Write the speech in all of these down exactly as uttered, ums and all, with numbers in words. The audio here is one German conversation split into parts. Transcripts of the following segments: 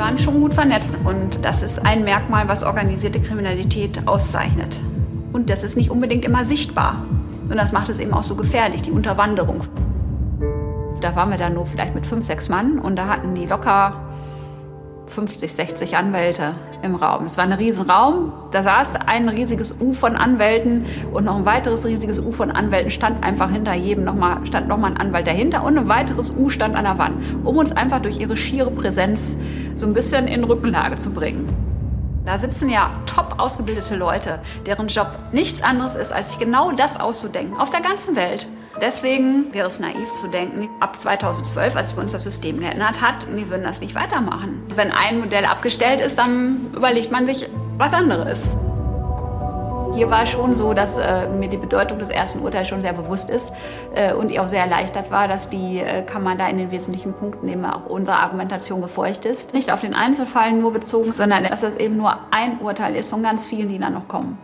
waren schon gut vernetzt. Und das ist ein Merkmal, was organisierte Kriminalität auszeichnet. Und das ist nicht unbedingt immer sichtbar. Und das macht es eben auch so gefährlich, die Unterwanderung. Da waren wir dann nur vielleicht mit fünf, sechs Mann und da hatten die locker fünfzig, sechzig Anwälte im Raum. Es war ein Riesenraum, da saß ein riesiges U von Anwälten und noch ein weiteres riesiges U von Anwälten stand einfach hinter jedem, noch mal, stand nochmal ein Anwalt dahinter und ein weiteres U stand an der Wand, um uns einfach durch ihre schiere Präsenz so ein bisschen in Rückenlage zu bringen. Da sitzen ja top ausgebildete Leute, deren Job nichts anderes ist, als sich genau das auszudenken, auf der ganzen Welt. Deswegen wäre es naiv zu denken, ab zweitausendzwölf, als sich bei uns das System geändert hat, wir würden das nicht weitermachen. Wenn ein Modell abgestellt ist, dann überlegt man sich was anderes. Hier war es schon so, dass äh, mir die Bedeutung des ersten Urteils schon sehr bewusst ist äh, und ich auch sehr erleichtert war, dass die äh, Kammer da in den wesentlichen Punkten eben auch unserer Argumentation gefolgt ist. Nicht auf den Einzelfall nur bezogen, sondern dass das eben nur ein Urteil ist von ganz vielen, die dann noch kommen.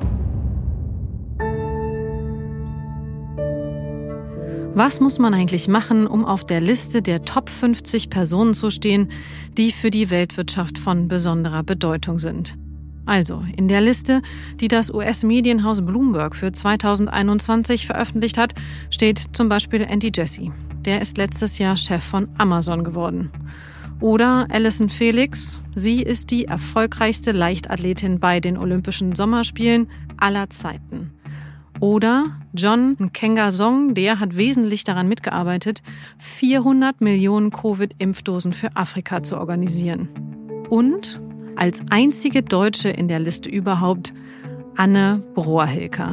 Was muss man eigentlich machen, um auf der Liste der Top fünfzig Personen zu stehen, die für die Weltwirtschaft von besonderer Bedeutung sind? Also, in der Liste, die das U S-Medienhaus Bloomberg für zweitausendeinundzwanzig veröffentlicht hat, steht zum Beispiel Andy Jassy. Der ist letztes Jahr Chef von Amazon geworden. Oder Allyson Felix. Sie ist die erfolgreichste Leichtathletin bei den Olympischen Sommerspielen aller Zeiten. Oder John Nkenga Song, der hat wesentlich daran mitgearbeitet, vierhundert Millionen Covid-Impfdosen für Afrika zu organisieren. Und als einzige Deutsche in der Liste überhaupt Anne Brohr-Hilker.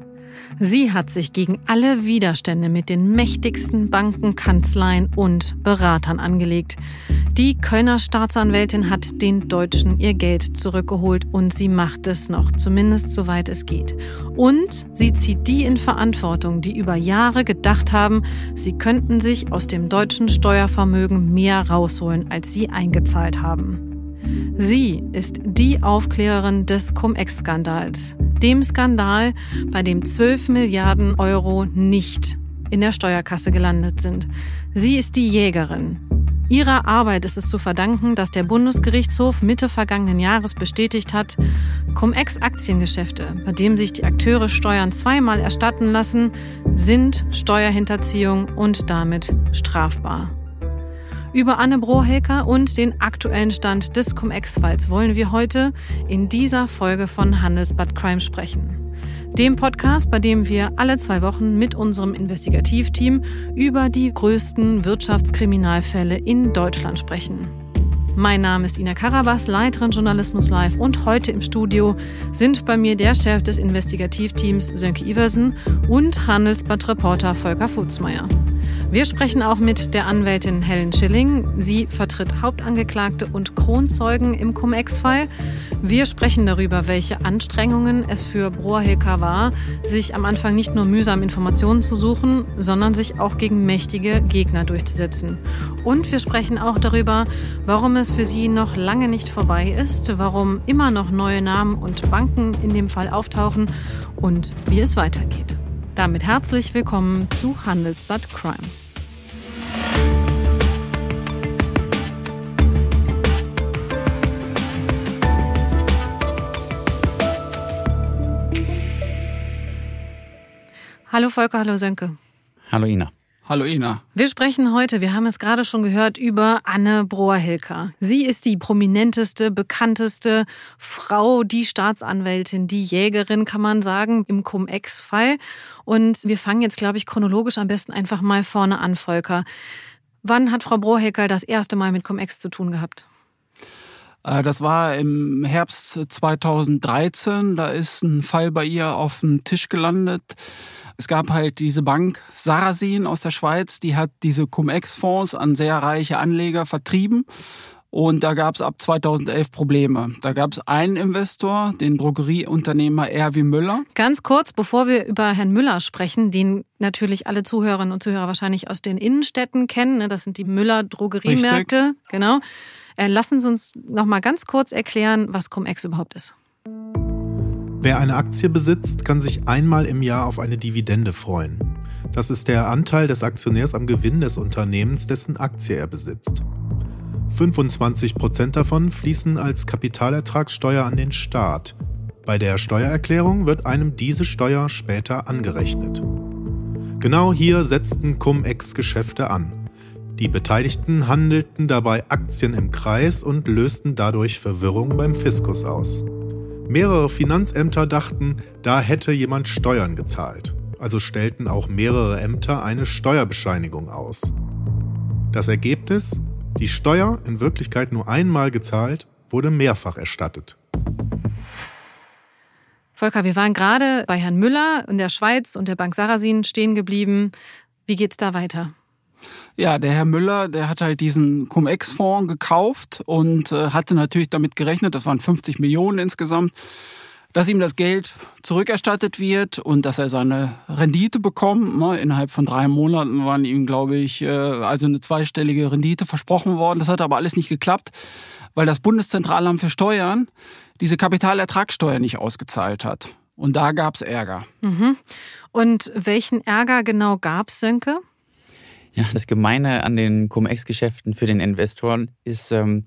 Sie hat sich gegen alle Widerstände mit den mächtigsten Banken, Kanzleien und Beratern angelegt. Die Kölner Staatsanwältin hat den Deutschen ihr Geld zurückgeholt und sie macht es noch, zumindest soweit es geht. Und sie zieht die in Verantwortung, die über Jahre gedacht haben, sie könnten sich aus dem deutschen Steuervermögen mehr rausholen, als sie eingezahlt haben. Sie ist die Aufklärerin des Cum-Ex-Skandals, dem Skandal, bei dem zwölf Milliarden Euro nicht in der Steuerkasse gelandet sind. Sie ist die Jägerin. Ihrer Arbeit ist es zu verdanken, dass der Bundesgerichtshof Mitte vergangenen Jahres bestätigt hat, Cum-Ex-Aktiengeschäfte, bei denen sich die Akteure Steuern zweimal erstatten lassen, sind Steuerhinterziehung und damit strafbar. Über Anne Brohr-Hilker und den aktuellen Stand des Cum-Ex-Falls wollen wir heute in dieser Folge von Handelsblatt Crime sprechen. Dem Podcast, bei dem wir alle zwei Wochen mit unserem Investigativteam über die größten Wirtschaftskriminalfälle in Deutschland sprechen. Mein Name ist Ina Karabas, Leiterin Journalismus Live und heute im Studio sind bei mir der Chef des Investigativteams Sönke Iversen und Handelsblatt-Reporter Volker Futzmeier. Wir sprechen auch mit der Anwältin Helen Schilling. Sie vertritt Hauptangeklagte und Kronzeugen im Cum-Ex-Fall. Wir sprechen darüber, welche Anstrengungen es für Brohr-Hilker war, sich am Anfang nicht nur mühsam Informationen zu suchen, sondern sich auch gegen mächtige Gegner durchzusetzen. Und wir sprechen auch darüber, warum es für sie noch lange nicht vorbei ist, warum immer noch neue Namen und Banken in dem Fall auftauchen und wie es weitergeht. Damit herzlich willkommen zu Handelsblatt Crime. Hallo Volker, hallo Sönke. Hallo Ina. Hallo Ina. Wir sprechen heute, wir haben es gerade schon gehört, über Anne Brohr-Hilker. Sie ist die prominenteste, bekannteste Frau, die Staatsanwältin, die Jägerin, kann man sagen, im Cum-Ex-Fall. Und wir fangen jetzt, glaube ich, chronologisch am besten einfach mal vorne an, Volker. Wann hat Frau Brohr-Hilker das erste Mal mit Cum-Ex zu tun gehabt? Das war im Herbst zweitausenddreizehn. Da ist ein Fall bei ihr auf dem Tisch gelandet. Es gab halt diese Bank Sarasin aus der Schweiz, die hat diese Cum-Ex-Fonds an sehr reiche Anleger vertrieben. Und da gab es ab zweitausendelf Probleme. Da gab es einen Investor, den Drogerieunternehmer Erwin Müller. Ganz kurz, bevor wir über Herrn Müller sprechen, den natürlich alle Zuhörerinnen und Zuhörer wahrscheinlich aus den Innenstädten kennen. Das sind die Müller-Drogeriemärkte. Richtig. Genau. Lassen Sie uns noch mal ganz kurz erklären, was Cum-Ex überhaupt ist. Wer eine Aktie besitzt, kann sich einmal im Jahr auf eine Dividende freuen. Das ist der Anteil des Aktionärs am Gewinn des Unternehmens, dessen Aktie er besitzt. fünfundzwanzig Prozent davon fließen als Kapitalertragssteuer an den Staat. Bei der Steuererklärung wird einem diese Steuer später angerechnet. Genau hier setzten Cum-Ex-Geschäfte an. Die Beteiligten handelten dabei Aktien im Kreis und lösten dadurch Verwirrung beim Fiskus aus. Mehrere Finanzämter dachten, da hätte jemand Steuern gezahlt. Also stellten auch mehrere Ämter eine Steuerbescheinigung aus. Das Ergebnis? Die Steuer, in Wirklichkeit nur einmal gezahlt, wurde mehrfach erstattet. Volker, wir waren gerade bei Herrn Müller in der Schweiz und der Bank Sarasin stehen geblieben. Wie geht's da weiter? Ja, der Herr Müller, der hat halt diesen Cum-Ex-Fonds gekauft und äh, hatte natürlich damit gerechnet, das waren fünfzig Millionen insgesamt, dass ihm das Geld zurückerstattet wird und dass er seine Rendite bekommt. Ne? Innerhalb von drei Monaten waren ihm, glaube ich, äh, also eine zweistellige Rendite versprochen worden. Das hat aber alles nicht geklappt, weil das Bundeszentralamt für Steuern diese Kapitalertragssteuer nicht ausgezahlt hat. Und da gab's Ärger. Mhm. Und welchen Ärger genau gab's, Sönke? Ja, das Gemeine an den Cum-Ex-Geschäften für den Investoren ist, ähm,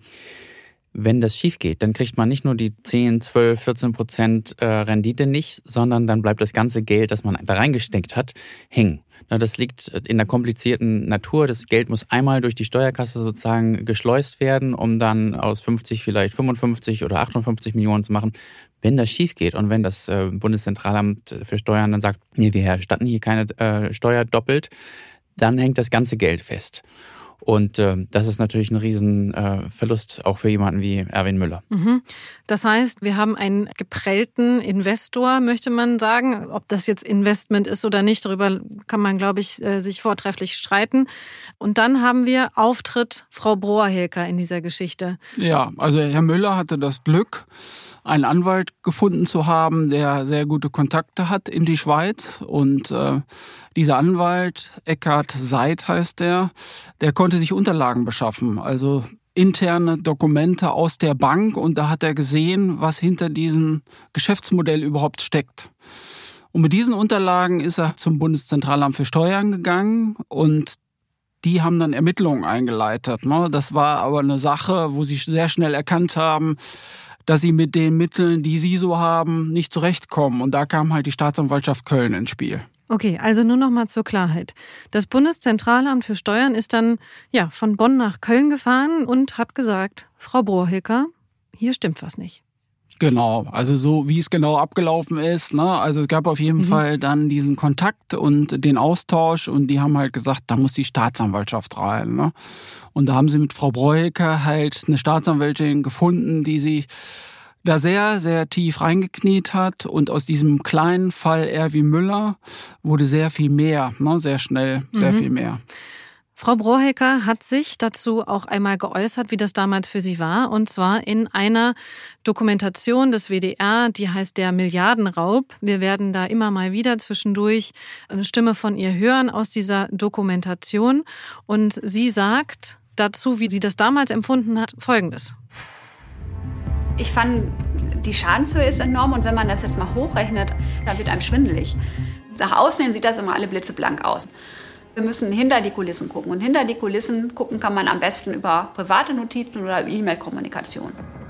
wenn das schief geht, dann kriegt man nicht nur die zehn, zwölf, vierzehn Prozent äh, Rendite nicht, sondern dann bleibt das ganze Geld, das man da reingesteckt hat, hängen. Na, das liegt in der komplizierten Natur. Das Geld muss einmal durch die Steuerkasse sozusagen geschleust werden, um dann aus fünfzig vielleicht fünfundfünfzig oder achtundfünfzig Millionen zu machen. Wenn das schief geht und wenn das äh, Bundeszentralamt für Steuern dann sagt, nee, wir erstatten hier keine äh, Steuer doppelt, dann hängt das ganze Geld fest. Und äh, das ist natürlich ein Riesenverlust, äh, auch für jemanden wie Erwin Müller. Mhm. Das heißt, wir haben einen geprellten Investor, möchte man sagen. Ob das jetzt Investment ist oder nicht, darüber kann man, glaube ich, äh, sich vortrefflich streiten. Und dann haben wir Auftritt Frau Brohr-Hilker in dieser Geschichte. Ja, also Herr Müller hatte das Glück, einen Anwalt gefunden zu haben, der sehr gute Kontakte hat in die Schweiz. Und äh, dieser Anwalt, Eckhard Seid heißt der, der konnte sich Unterlagen beschaffen, also interne Dokumente aus der Bank. Und da hat er gesehen, was hinter diesem Geschäftsmodell überhaupt steckt. Und mit diesen Unterlagen ist er zum Bundeszentralamt für Steuern gegangen und die haben dann Ermittlungen eingeleitet. Das war aber eine Sache, wo sie sehr schnell erkannt haben, dass sie mit den Mitteln, die sie so haben, nicht zurechtkommen. Und da kam halt die Staatsanwaltschaft Köln ins Spiel. Okay, also nur noch mal zur Klarheit. Das Bundeszentralamt für Steuern ist dann ja von Bonn nach Köln gefahren und hat gesagt, Frau Brohr-Hilker, hier stimmt was nicht. Genau, also so wie es genau abgelaufen ist. Ne? Also es gab auf jeden mhm. Fall dann diesen Kontakt und den Austausch und die haben halt gesagt, da muss die Staatsanwaltschaft rein. Ne? Und da haben sie mit Frau Brohr-Hilker halt eine Staatsanwältin gefunden, die sie da sehr, sehr tief reingekniet hat. Und aus diesem kleinen Fall Erwin Müller wurde sehr viel mehr, ne? sehr schnell, sehr mhm. viel mehr. Frau Brohr-Hilker hat sich dazu auch einmal geäußert, wie das damals für sie war. Und zwar in einer Dokumentation des W D R, die heißt Der Milliardenraub. Wir werden da immer mal wieder zwischendurch eine Stimme von ihr hören aus dieser Dokumentation. Und sie sagt dazu, wie sie das damals empfunden hat, Folgendes. Ich fand, die Schadenshöhe ist enorm und wenn man das jetzt mal hochrechnet, dann wird einem schwindelig. Nach außen hin sieht das immer alle blitzeblank aus. Wir müssen hinter die Kulissen gucken. Und hinter die Kulissen gucken kann man am besten über private Notizen oder über E-Mail-Kommunikation.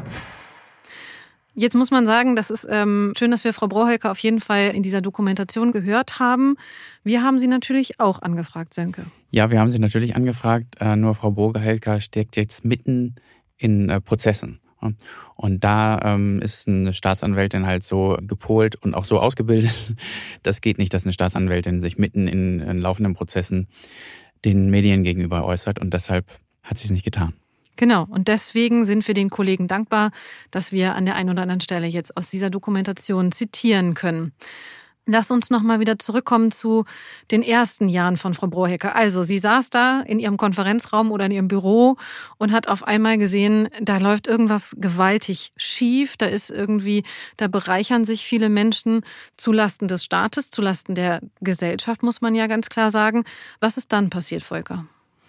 Jetzt muss man sagen, das ist ähm, schön, dass wir Frau Brohr-Hilker auf jeden Fall in dieser Dokumentation gehört haben. Wir haben sie natürlich auch angefragt, Sönke. Ja, wir haben sie natürlich angefragt. Äh, nur Frau Brohr-Hilker steckt jetzt mitten in äh, Prozessen. Und da ähm, ist eine Staatsanwältin halt so gepolt und auch so ausgebildet. Das geht nicht, dass eine Staatsanwältin sich mitten in, in laufenden Prozessen den Medien gegenüber äußert. Und deshalb hat sie es nicht getan. Genau. Und deswegen sind wir den Kollegen dankbar, dass wir an der einen oder anderen Stelle jetzt aus dieser Dokumentation zitieren können. Lass uns noch mal wieder zurückkommen zu den ersten Jahren von Frau Brohr-Hilker. Also, sie saß da in ihrem Konferenzraum oder in ihrem Büro und hat auf einmal gesehen, da läuft irgendwas gewaltig schief. Da ist irgendwie, da bereichern sich viele Menschen zulasten des Staates, zulasten der Gesellschaft, muss man ja ganz klar sagen. Was ist dann passiert, Volker?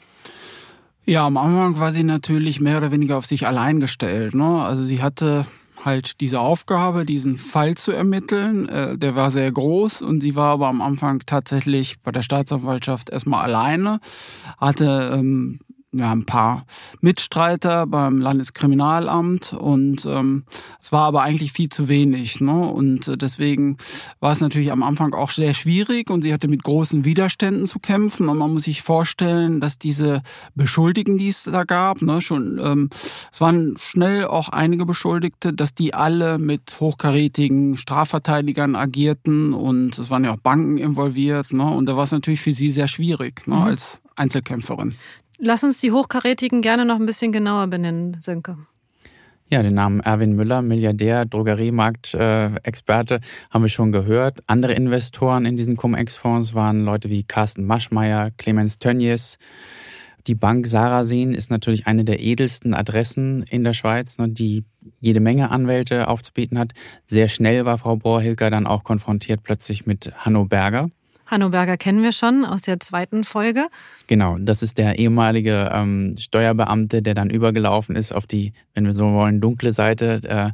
Ja, am Anfang war sie natürlich mehr oder weniger auf sich allein gestellt. Ne? Also sie hatte halt diese Aufgabe, diesen Fall zu ermitteln. Äh, der war sehr groß und sie war aber am Anfang tatsächlich bei der Staatsanwaltschaft erstmal alleine, hatte ähm, ja, ein paar Mitstreiter beim Landeskriminalamt und ähm, es war aber eigentlich viel zu wenig, ne? Und äh, deswegen war es natürlich am Anfang auch sehr schwierig und sie hatte mit großen Widerständen zu kämpfen und man muss sich vorstellen, dass diese Beschuldigten, die es da gab, ne, schon ähm, es waren schnell auch einige Beschuldigte, dass die alle mit hochkarätigen Strafverteidigern agierten und es waren ja auch Banken involviert, ne? Und da war es natürlich für sie sehr schwierig, ne, mhm. als Einzelkämpferin. Lass uns die Hochkarätigen gerne noch ein bisschen genauer benennen, Sönke. Ja, den Namen Erwin Müller, Milliardär, Drogeriemarkt-Experte, haben wir schon gehört. Andere Investoren in diesen Cum-Ex-Fonds waren Leute wie Carsten Maschmeyer, Clemens Tönnies. Die Bank Sarasin ist natürlich eine der edelsten Adressen in der Schweiz, die jede Menge Anwälte aufzubieten hat. Sehr schnell war Frau Brohr-Hilker dann auch konfrontiert plötzlich mit Hanno Berger. Hanno Berger kennen wir schon aus der zweiten Folge. Genau, das ist der ehemalige ähm, Steuerbeamte, der dann übergelaufen ist auf die, wenn wir so wollen, dunkle Seite. Äh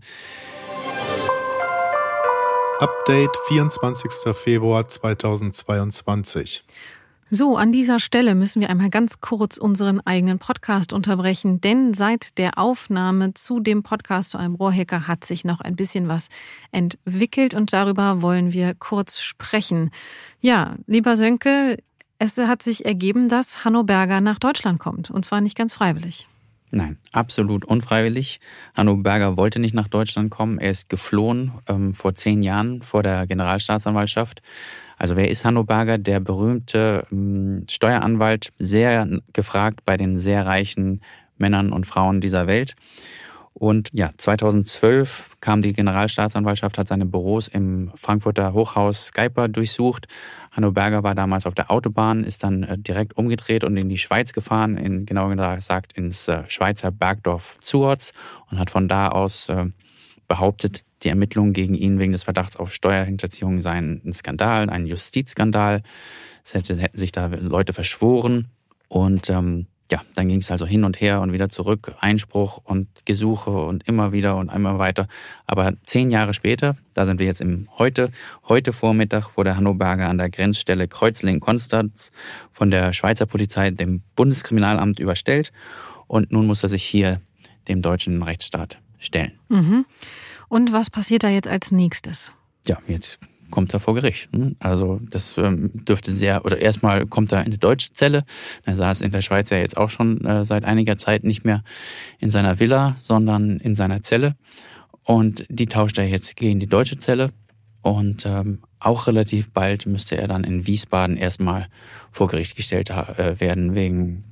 Update vierundzwanzigster Februar zweitausendzweiundzwanzig. So, an dieser Stelle müssen wir einmal ganz kurz unseren eigenen Podcast unterbrechen, denn seit der Aufnahme zu dem Podcast zu einem Brohr-Hilker hat sich noch ein bisschen was entwickelt und darüber wollen wir kurz sprechen. Ja, lieber Sönke, es hat sich ergeben, dass Hanno Berger nach Deutschland kommt und zwar nicht ganz freiwillig. Nein, absolut unfreiwillig. Hanno Berger wollte nicht nach Deutschland kommen. Er ist geflohen ähm, vor zehn Jahren vor der Generalstaatsanwaltschaft. Also wer ist Hanno Berger? Der berühmte ähm, Steueranwalt, sehr gefragt bei den sehr reichen Männern und Frauen dieser Welt. Und ja, zweitausendzwölf kam die Generalstaatsanwaltschaft, hat seine Büros im Frankfurter Hochhaus Skyper durchsucht. Hanno Berger war damals auf der Autobahn, ist dann äh, direkt umgedreht und in die Schweiz gefahren, in, genauer gesagt ins äh, Schweizer Bergdorf Zuorz und hat von da aus äh, behauptet, die Ermittlungen gegen ihn wegen des Verdachts auf Steuerhinterziehung seien ein Skandal, ein Justizskandal. Es hätte, hätten sich da Leute verschworen. Und ähm, ja, dann ging es also hin und her und wieder zurück, Einspruch und Gesuche und immer wieder und einmal weiter. Aber zehn Jahre später, da sind wir jetzt im Heute, heute Vormittag wurde Hanno Berger an der Grenzstelle Kreuzlingen-Konstanz von der Schweizer Polizei dem Bundeskriminalamt überstellt. Und nun muss er sich hier dem deutschen Rechtsstaat stellen. Mhm. Und was passiert da jetzt als nächstes? Ja, jetzt kommt er vor Gericht. Also das dürfte sehr, oder erstmal kommt er in eine deutsche Zelle. Er saß in der Schweiz ja jetzt auch schon äh, seit einiger Zeit nicht mehr in seiner Villa, sondern in seiner Zelle. Und die tauscht er jetzt gegen die deutsche Zelle. Und ähm, auch relativ bald müsste er dann in Wiesbaden erstmal vor Gericht gestellt äh, werden wegen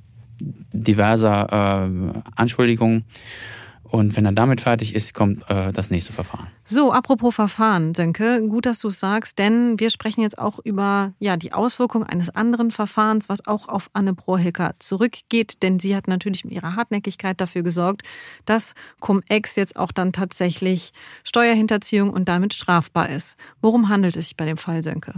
diverser äh, Anschuldigungen. Und wenn er damit fertig ist, kommt äh, das nächste Verfahren. So, apropos Verfahren, Sönke, gut, dass du es sagst, denn wir sprechen jetzt auch über ja die Auswirkungen eines anderen Verfahrens, was auch auf Anne Brohr-Hilker zurückgeht, denn sie hat natürlich mit ihrer Hartnäckigkeit dafür gesorgt, dass Cum-Ex jetzt auch dann tatsächlich Steuerhinterziehung und damit strafbar ist. Worum handelt es sich bei dem Fall, Sönke?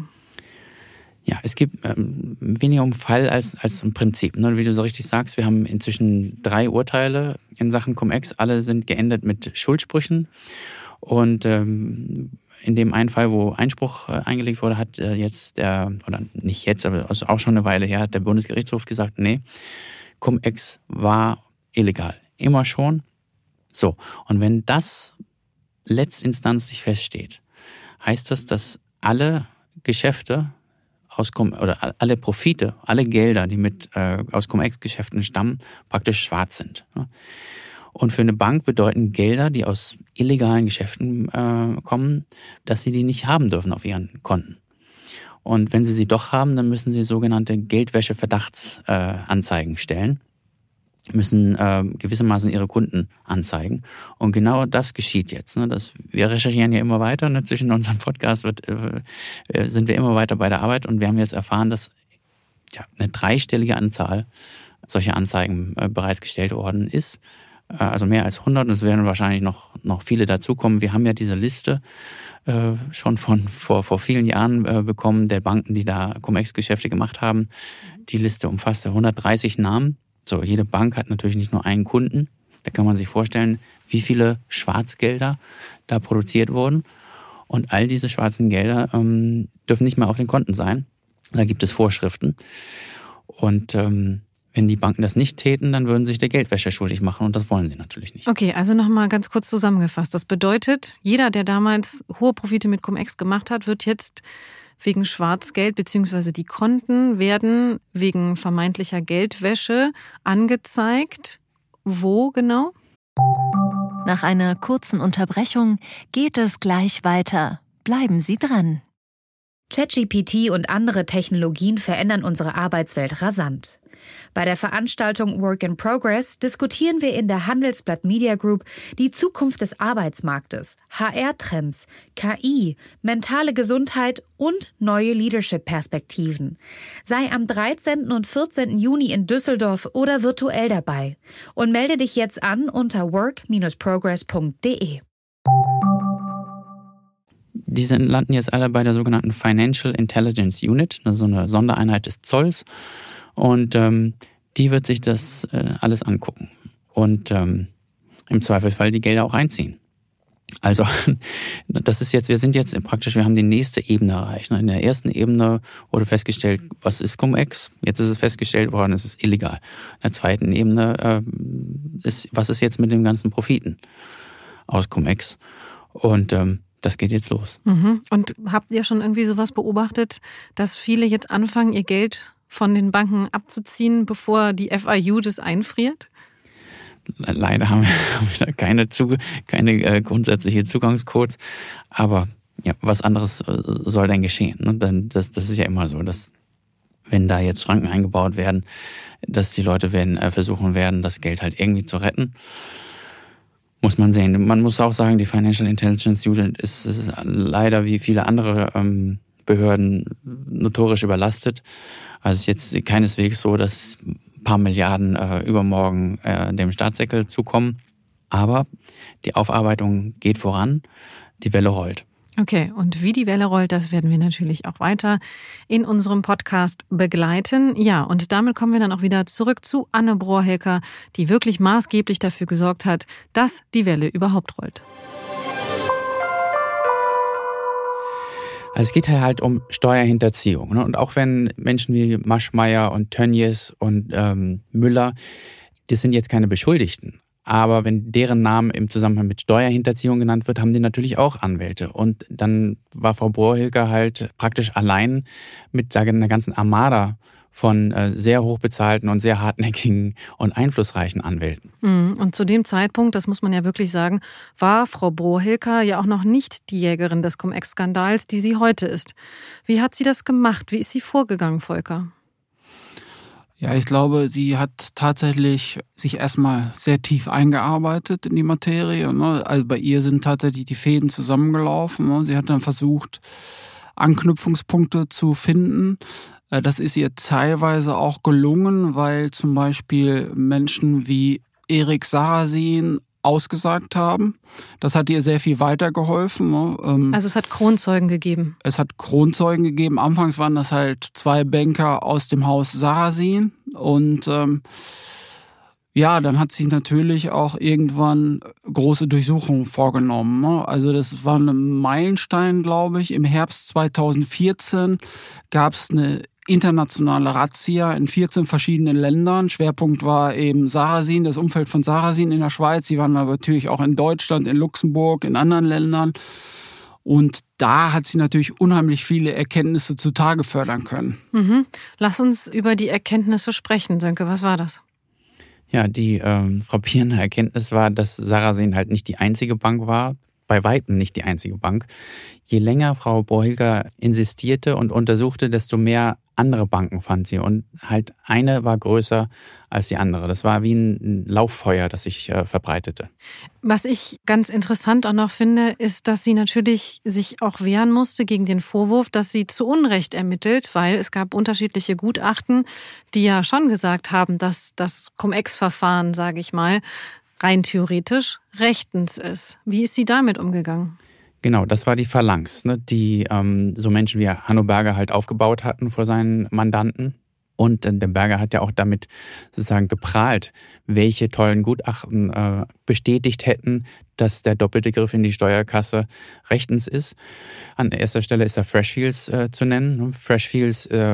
Ja, es gibt ähm, weniger um Fall als, als ein Prinzip. Ne? Wie du so richtig sagst, wir haben inzwischen drei Urteile in Sachen Cum-Ex. Alle sind geendet mit Schuldsprüchen. Und ähm, in dem einen Fall, wo Einspruch äh, eingelegt wurde, hat äh, jetzt der, oder nicht jetzt, aber also auch schon eine Weile her, hat der Bundesgerichtshof gesagt, nee, Cum-Ex war illegal. Immer schon. So, und wenn das letztinstanzlich feststeht, heißt das, dass alle Geschäfte aus oder alle Profite, alle Gelder, die mit äh, aus Cum-Ex-Geschäften stammen, praktisch schwarz sind. Ne? Und für eine Bank bedeuten Gelder, die aus illegalen Geschäften äh, kommen, dass sie die nicht haben dürfen auf ihren Konten. Und wenn sie sie doch haben, dann müssen sie sogenannte Geldwäsche-Verdachtsanzeigen äh, stellen, müssen äh, gewissermaßen ihre Kunden anzeigen. Und genau das geschieht jetzt. Ne? Das, wir recherchieren ja immer weiter. Ne? Zwischen unserem Podcast wird, äh, sind wir immer weiter bei der Arbeit. Und wir haben jetzt erfahren, dass ja, eine dreistellige Anzahl solcher Anzeigen äh, bereits gestellt worden ist. Äh, also mehr als hundert. Und es werden wahrscheinlich noch, noch viele dazukommen. Wir haben ja diese Liste äh, schon von vor, vor vielen Jahren äh, bekommen, der Banken, die da Cum-Ex-Geschäfte gemacht haben. Die Liste umfasste hundertdreißig Namen. So, jede Bank hat natürlich nicht nur einen Kunden. Da kann man sich vorstellen, wie viele Schwarzgelder da produziert wurden. Und all diese schwarzen Gelder ähm, dürfen nicht mehr auf den Konten sein. Da gibt es Vorschriften. Und ähm, Wenn die Banken das nicht täten, dann würden sie sich der Geldwäsche schuldig machen und das wollen sie natürlich nicht. Okay, also nochmal ganz kurz zusammengefasst. Das bedeutet, jeder, der damals hohe Profite mit Cum-Ex gemacht hat, wird jetzt wegen Schwarzgeld bzw. die Konten werden wegen vermeintlicher Geldwäsche angezeigt. Wo genau? Nach einer kurzen Unterbrechung geht es gleich weiter. Bleiben Sie dran. ChatGPT und andere Technologien verändern unsere Arbeitswelt rasant. Bei der Veranstaltung Work in Progress diskutieren wir in der Handelsblatt Media Group die Zukunft des Arbeitsmarktes, H R-Trends, K I, mentale Gesundheit und neue Leadership-Perspektiven. Sei am dreizehnten und vierzehnten Juni in Düsseldorf oder virtuell dabei und melde dich jetzt an unter work dash progress punkt de. Die sind, landen jetzt alle bei der sogenannten Financial Intelligence Unit, so eine Sondereinheit des Zolls. Und ähm, die wird sich das äh, alles angucken und ähm, im Zweifelsfall die Gelder auch einziehen. Also das ist jetzt, wir sind jetzt praktisch, wir haben die nächste Ebene erreicht. In der ersten Ebene wurde festgestellt, was ist Cum-Ex? Jetzt ist es festgestellt worden, es ist illegal. In der zweiten Ebene äh, ist, was ist jetzt mit den ganzen Profiten aus Cum-Ex? Und ähm, das geht jetzt los. Mhm. Und habt ihr schon irgendwie sowas beobachtet, dass viele jetzt anfangen, ihr Geld von den Banken abzuziehen, bevor die F I U das einfriert? Leider haben wir, haben wir da keine, Zuge, keine äh, grundsätzliche Zugangscodes. Aber ja, was anderes äh, soll denn geschehen? Ne? Dann, das, das ist ja immer so, dass wenn da jetzt Schranken eingebaut werden, dass die Leute werden, äh, versuchen werden, das Geld halt irgendwie zu retten. Muss man sehen. Man muss auch sagen, die Financial Intelligence Unit ist, ist leider wie viele andere ähm, Behörden notorisch überlastet. Also es ist jetzt keineswegs so, dass ein paar Milliarden äh, übermorgen äh, dem Staatssäckel zukommen. Aber die Aufarbeitung geht voran, die Welle rollt. Okay, und wie die Welle rollt, das werden wir natürlich auch weiter in unserem Podcast begleiten. Ja, und damit kommen wir dann auch wieder zurück zu Anne Brohrhilker, die wirklich maßgeblich dafür gesorgt hat, dass die Welle überhaupt rollt. Also es geht halt um Steuerhinterziehung. Ne? Und auch wenn Menschen wie Maschmeyer und Tönnies und ähm, Müller, das sind jetzt keine Beschuldigten. Aber wenn deren Name im Zusammenhang mit Steuerhinterziehung genannt wird, haben die natürlich auch Anwälte. Und dann war Frau Brohrhilker halt praktisch allein mit einer ganzen Armada von äh, sehr hochbezahlten und sehr hartnäckigen und einflussreichen Anwälten. Und zu dem Zeitpunkt, das muss man ja wirklich sagen, war Frau Brohrhilker ja auch noch nicht die Jägerin des Cum-Ex-Skandals, die sie heute ist. Wie hat sie das gemacht? Wie ist sie vorgegangen, Volker? Ja, ich glaube, sie hat tatsächlich sich erstmal sehr tief eingearbeitet in die Materie. Ne? Also bei ihr sind tatsächlich die Fäden zusammengelaufen. Ne? Sie hat dann versucht, Anknüpfungspunkte zu finden. Das ist ihr teilweise auch gelungen, weil zum Beispiel Menschen wie Erik Sarrazin ausgesagt haben. Das hat ihr sehr viel weitergeholfen. Ne? Also es hat Kronzeugen gegeben? Es hat Kronzeugen gegeben. Anfangs waren das halt zwei Banker aus dem Haus Sarrazin. Und ähm, ja, dann hat sie natürlich auch irgendwann große Durchsuchungen vorgenommen. Ne? Also das war ein Meilenstein, glaube ich. Im Herbst zweitausendvierzehn gab es eine internationale Razzia in vierzehn verschiedenen Ländern. Schwerpunkt war eben Sarrazin, das Umfeld von Sarrazin in der Schweiz. Sie waren aber natürlich auch in Deutschland, in Luxemburg, in anderen Ländern. Und da hat sie natürlich unheimlich viele Erkenntnisse zutage fördern können. Mhm. Lass uns über die Erkenntnisse sprechen, Sönke. Was war das? Ja, die ähm, frappierende Erkenntnis war, dass Sarrazin halt nicht die einzige Bank war, bei weitem nicht die einzige Bank. Je länger Frau Brohrhilker insistierte und untersuchte, desto mehr andere Banken fand sie. Und halt eine war größer als die andere. Das war wie ein Lauffeuer, das sich äh, verbreitete. Was ich ganz interessant auch noch finde, ist, dass sie natürlich sich auch wehren musste gegen den Vorwurf, dass sie zu Unrecht ermittelt, weil es gab unterschiedliche Gutachten, die ja schon gesagt haben, dass das Cum-Ex-Verfahren, sage ich mal, rein theoretisch rechtens ist. Wie ist sie damit umgegangen? Genau, das war die Phalanx, ne, die ähm, so Menschen wie Hanno Berger halt aufgebaut hatten vor seinen Mandanten. Und äh, der Berger hat ja auch damit sozusagen geprahlt, welche tollen Gutachten äh, bestätigt hätten, dass der doppelte Griff in die Steuerkasse rechtens ist. An erster Stelle ist da Freshfields äh, zu nennen. Freshfields äh,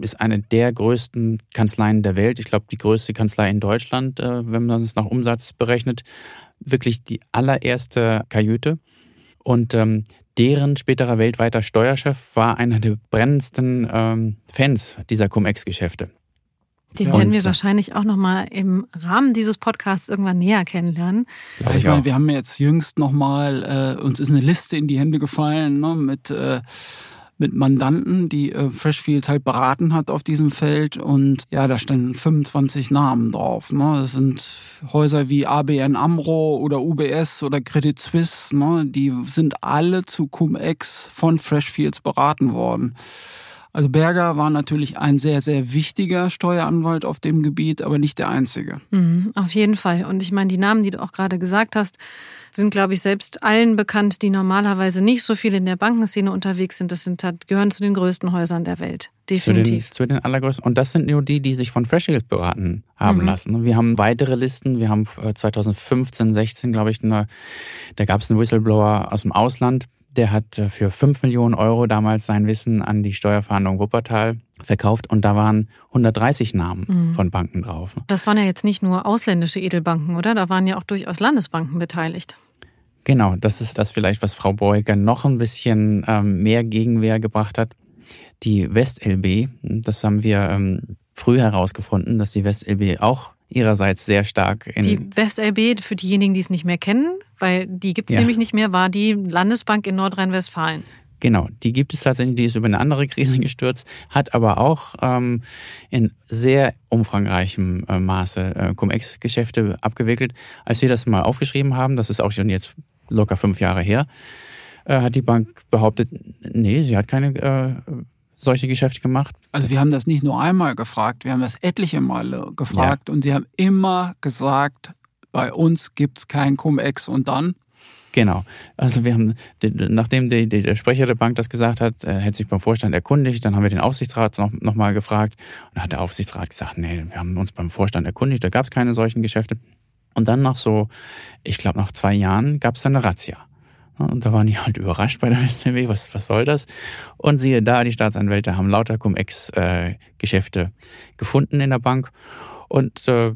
ist eine der größten Kanzleien der Welt. Ich glaube, die größte Kanzlei in Deutschland, wenn man es nach Umsatz berechnet. Wirklich die allererste Kajüte. Und ähm, deren späterer weltweiter Steuerchef war einer der brennendsten ähm, Fans dieser Cum-Ex-Geschäfte. Den Und, werden wir wahrscheinlich auch nochmal im Rahmen dieses Podcasts irgendwann näher kennenlernen. Ja, ich meine, wir haben jetzt jüngst nochmal, äh, uns ist eine Liste in die Hände gefallen, ne, mit, äh, mit Mandanten, die äh, Freshfields halt beraten hat auf diesem Feld. Und ja, da standen fünfundzwanzig Namen drauf. Ne. Das sind Häuser wie A B N AMRO oder U B S oder Credit Suisse. Ne, die sind alle zu Cum-Ex von Freshfields beraten worden. Also Berger war natürlich ein sehr, sehr wichtiger Steueranwalt auf dem Gebiet, aber nicht der einzige. Mhm, auf jeden Fall. Und ich meine, die Namen, die du auch gerade gesagt hast, sind, glaube ich, selbst allen bekannt, die normalerweise nicht so viel in der Bankenszene unterwegs sind. Das sind, gehören zu den größten Häusern der Welt. Definitiv. Zu den, zu den allergrößten. Und das sind nur die, die sich von Freshfields beraten haben mhm. lassen. Wir haben weitere Listen. Wir haben zwanzig fünfzehn, sechzehn, glaube ich, eine, da gab es einen Whistleblower aus dem Ausland. Der hat für fünf Millionen Euro damals sein Wissen an die Steuerfahndung Wuppertal verkauft und da waren hundertdreißig Namen mhm. von Banken drauf. Das waren ja jetzt nicht nur ausländische Edelbanken, oder? Da waren ja auch durchaus Landesbanken beteiligt. Genau, das ist das vielleicht, was Frau Breuker noch ein bisschen ähm, mehr Gegenwehr gebracht hat. Die West-L B, das haben wir ähm, früh herausgefunden, dass die West-L B auch ihrerseits sehr stark in... Die West-L B, für diejenigen, die es nicht mehr kennen, weil die gibt es ja. nämlich nicht mehr, war die Landesbank in Nordrhein-Westfalen. Genau, die gibt es tatsächlich, die ist über eine andere Krise gestürzt, hat aber auch ähm, in sehr umfangreichem äh, Maße äh, Cum-Ex-Geschäfte abgewickelt. Als wir das mal aufgeschrieben haben, das ist auch schon jetzt locker fünf Jahre her, äh, hat die Bank behauptet, nee, sie hat keine äh, solche Geschäfte gemacht. Also wir haben das nicht nur einmal gefragt, wir haben das etliche Male gefragt ja. und sie haben immer gesagt, bei uns gibt's kein Cum-Ex und dann? Genau. Also wir haben, nachdem die, die, der Sprecher der Bank das gesagt hat, er hätte sich beim Vorstand erkundigt, dann haben wir den Aufsichtsrat noch, noch mal gefragt und dann hat der Aufsichtsrat gesagt, nee, wir haben uns beim Vorstand erkundigt, da gab es keine solchen Geschäfte. Und dann nach so, ich glaube nach zwei Jahren gab es dann eine Razzia. Und da waren die halt überrascht bei der W S L B, was, was soll das? Und siehe da, die Staatsanwälte haben lauter Cum-Ex-Geschäfte äh, gefunden in der Bank. Und äh,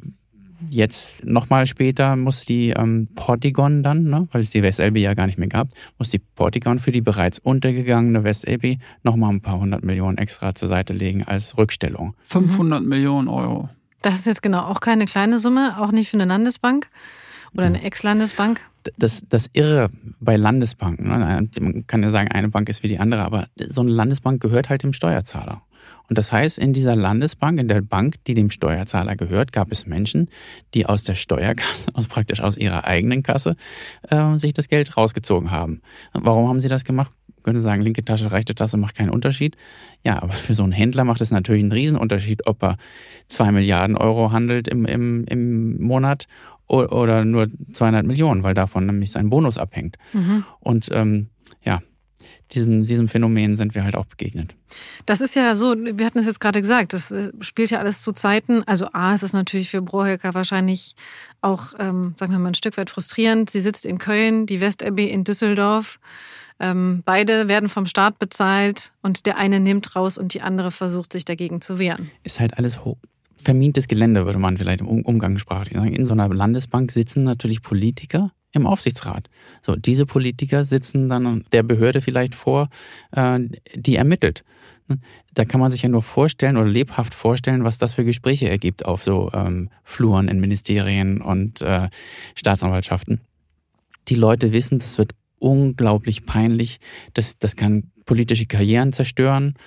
jetzt nochmal später muss die ähm, Portigon dann, ne, weil es die W S L B ja gar nicht mehr gab, muss die Portigon für die bereits untergegangene W S L B nochmal ein paar hundert Millionen extra zur Seite legen als Rückstellung. fünfhundert mhm. Millionen Euro. Das ist jetzt genau auch keine kleine Summe, auch nicht für eine Landesbank oder eine Ex-Landesbank. Das, das Irre bei Landesbanken, ne, man kann ja sagen, eine Bank ist wie die andere, aber so eine Landesbank gehört halt dem Steuerzahler. Und das heißt, in dieser Landesbank, in der Bank, die dem Steuerzahler gehört, gab es Menschen, die aus der Steuerkasse, also praktisch aus ihrer eigenen Kasse, äh, sich das Geld rausgezogen haben. Warum haben sie das gemacht? Ich könnte sagen, linke Tasche, rechte Tasche macht keinen Unterschied. Ja, aber für so einen Händler macht es natürlich einen Riesenunterschied, ob er zwei Milliarden Euro handelt im, im, im Monat oder nur zweihundert Millionen, weil davon nämlich sein Bonus abhängt. Mhm. Und ähm, ja, Diesen, diesem Phänomen sind wir halt auch begegnet. Das ist ja so, wir hatten es jetzt gerade gesagt, das spielt ja alles zu Zeiten. Also A, es ist natürlich für Breuker wahrscheinlich auch, ähm, sagen wir mal, ein Stück weit frustrierend. Sie sitzt in Köln, die West-L B in Düsseldorf. Ähm, beide werden vom Staat bezahlt und der eine nimmt raus und die andere versucht, sich dagegen zu wehren. Ist halt alles hoch. Vermintes Gelände, würde man vielleicht im Umgangssprachlich sagen. In so einer Landesbank sitzen natürlich Politiker im Aufsichtsrat. So, diese Politiker sitzen dann der Behörde vielleicht vor, äh, die ermittelt. Da kann man sich ja nur vorstellen oder lebhaft vorstellen, was das für Gespräche ergibt auf so ähm, Fluren in Ministerien und äh, Staatsanwaltschaften. Die Leute wissen, das wird unglaublich peinlich. Das, das kann politische Karrieren zerstören.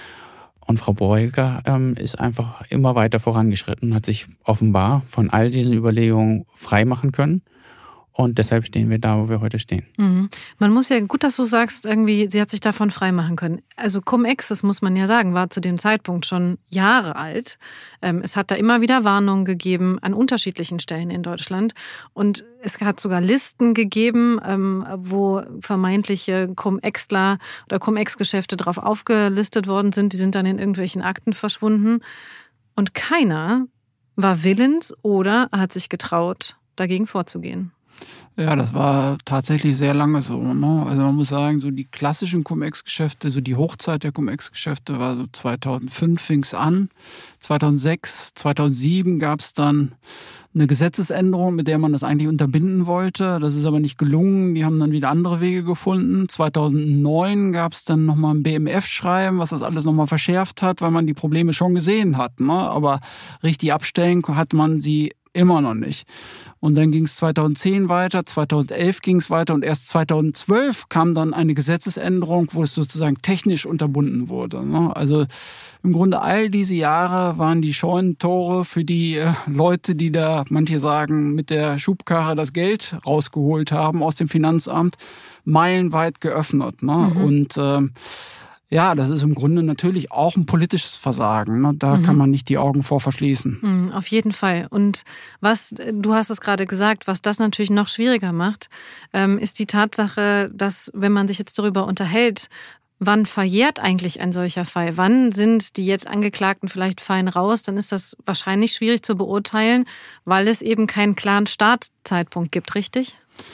Und Frau Breuker ähm, ist einfach immer weiter vorangeschritten, hat sich offenbar von all diesen Überlegungen freimachen können. Und deshalb stehen wir da, wo wir heute stehen. Mhm. Man muss ja, gut, dass du sagst, irgendwie, sie hat sich davon freimachen können. Also Cum-Ex, das muss man ja sagen, war zu dem Zeitpunkt schon Jahre alt. Es hat da immer wieder Warnungen gegeben an unterschiedlichen Stellen in Deutschland. Und es hat sogar Listen gegeben, wo vermeintliche Cum-Exler oder Cum-Ex-Geschäfte drauf aufgelistet worden sind. Die sind dann in irgendwelchen Akten verschwunden. Und keiner war willens oder hat sich getraut, dagegen vorzugehen. Ja, das war tatsächlich sehr lange so. Ne? Also man muss sagen, so die klassischen Cum-Ex-Geschäfte, so die Hochzeit der Cum-Ex-Geschäfte war so zweitausendfünf fing es an. zweitausendsechs, zweitausendsieben gab es dann eine Gesetzesänderung, mit der man das eigentlich unterbinden wollte. Das ist aber nicht gelungen. Die haben dann wieder andere Wege gefunden. zweitausendneun gab es dann nochmal ein B M F-Schreiben, was das alles nochmal verschärft hat, weil man die Probleme schon gesehen hat. Ne? Aber richtig abstellen hat man sie immer noch nicht. Und dann ging es zweitausendzehn weiter, zweitausendelf ging es weiter und erst zweitausendzwölf kam dann eine Gesetzesänderung, wo es sozusagen technisch unterbunden wurde. Ne? Also im Grunde all diese Jahre waren die Scheunentore für die äh, Leute, die da, manche sagen, mit der Schubkarre das Geld rausgeholt haben aus dem Finanzamt, meilenweit geöffnet. Ne? Mhm. Und äh, ja, das ist im Grunde natürlich auch ein politisches Versagen. Ne? Da mhm. kann man nicht die Augen vor verschließen. Mhm, auf jeden Fall. Und was, du hast es gerade gesagt, was das natürlich noch schwieriger macht, ähm, ist die Tatsache, dass, wenn man sich jetzt darüber unterhält, wann verjährt eigentlich ein solcher Fall? Wann sind die jetzt Angeklagten vielleicht fein raus? Dann ist das wahrscheinlich schwierig zu beurteilen, weil es eben keinen klaren Startzeitpunkt gibt, richtig?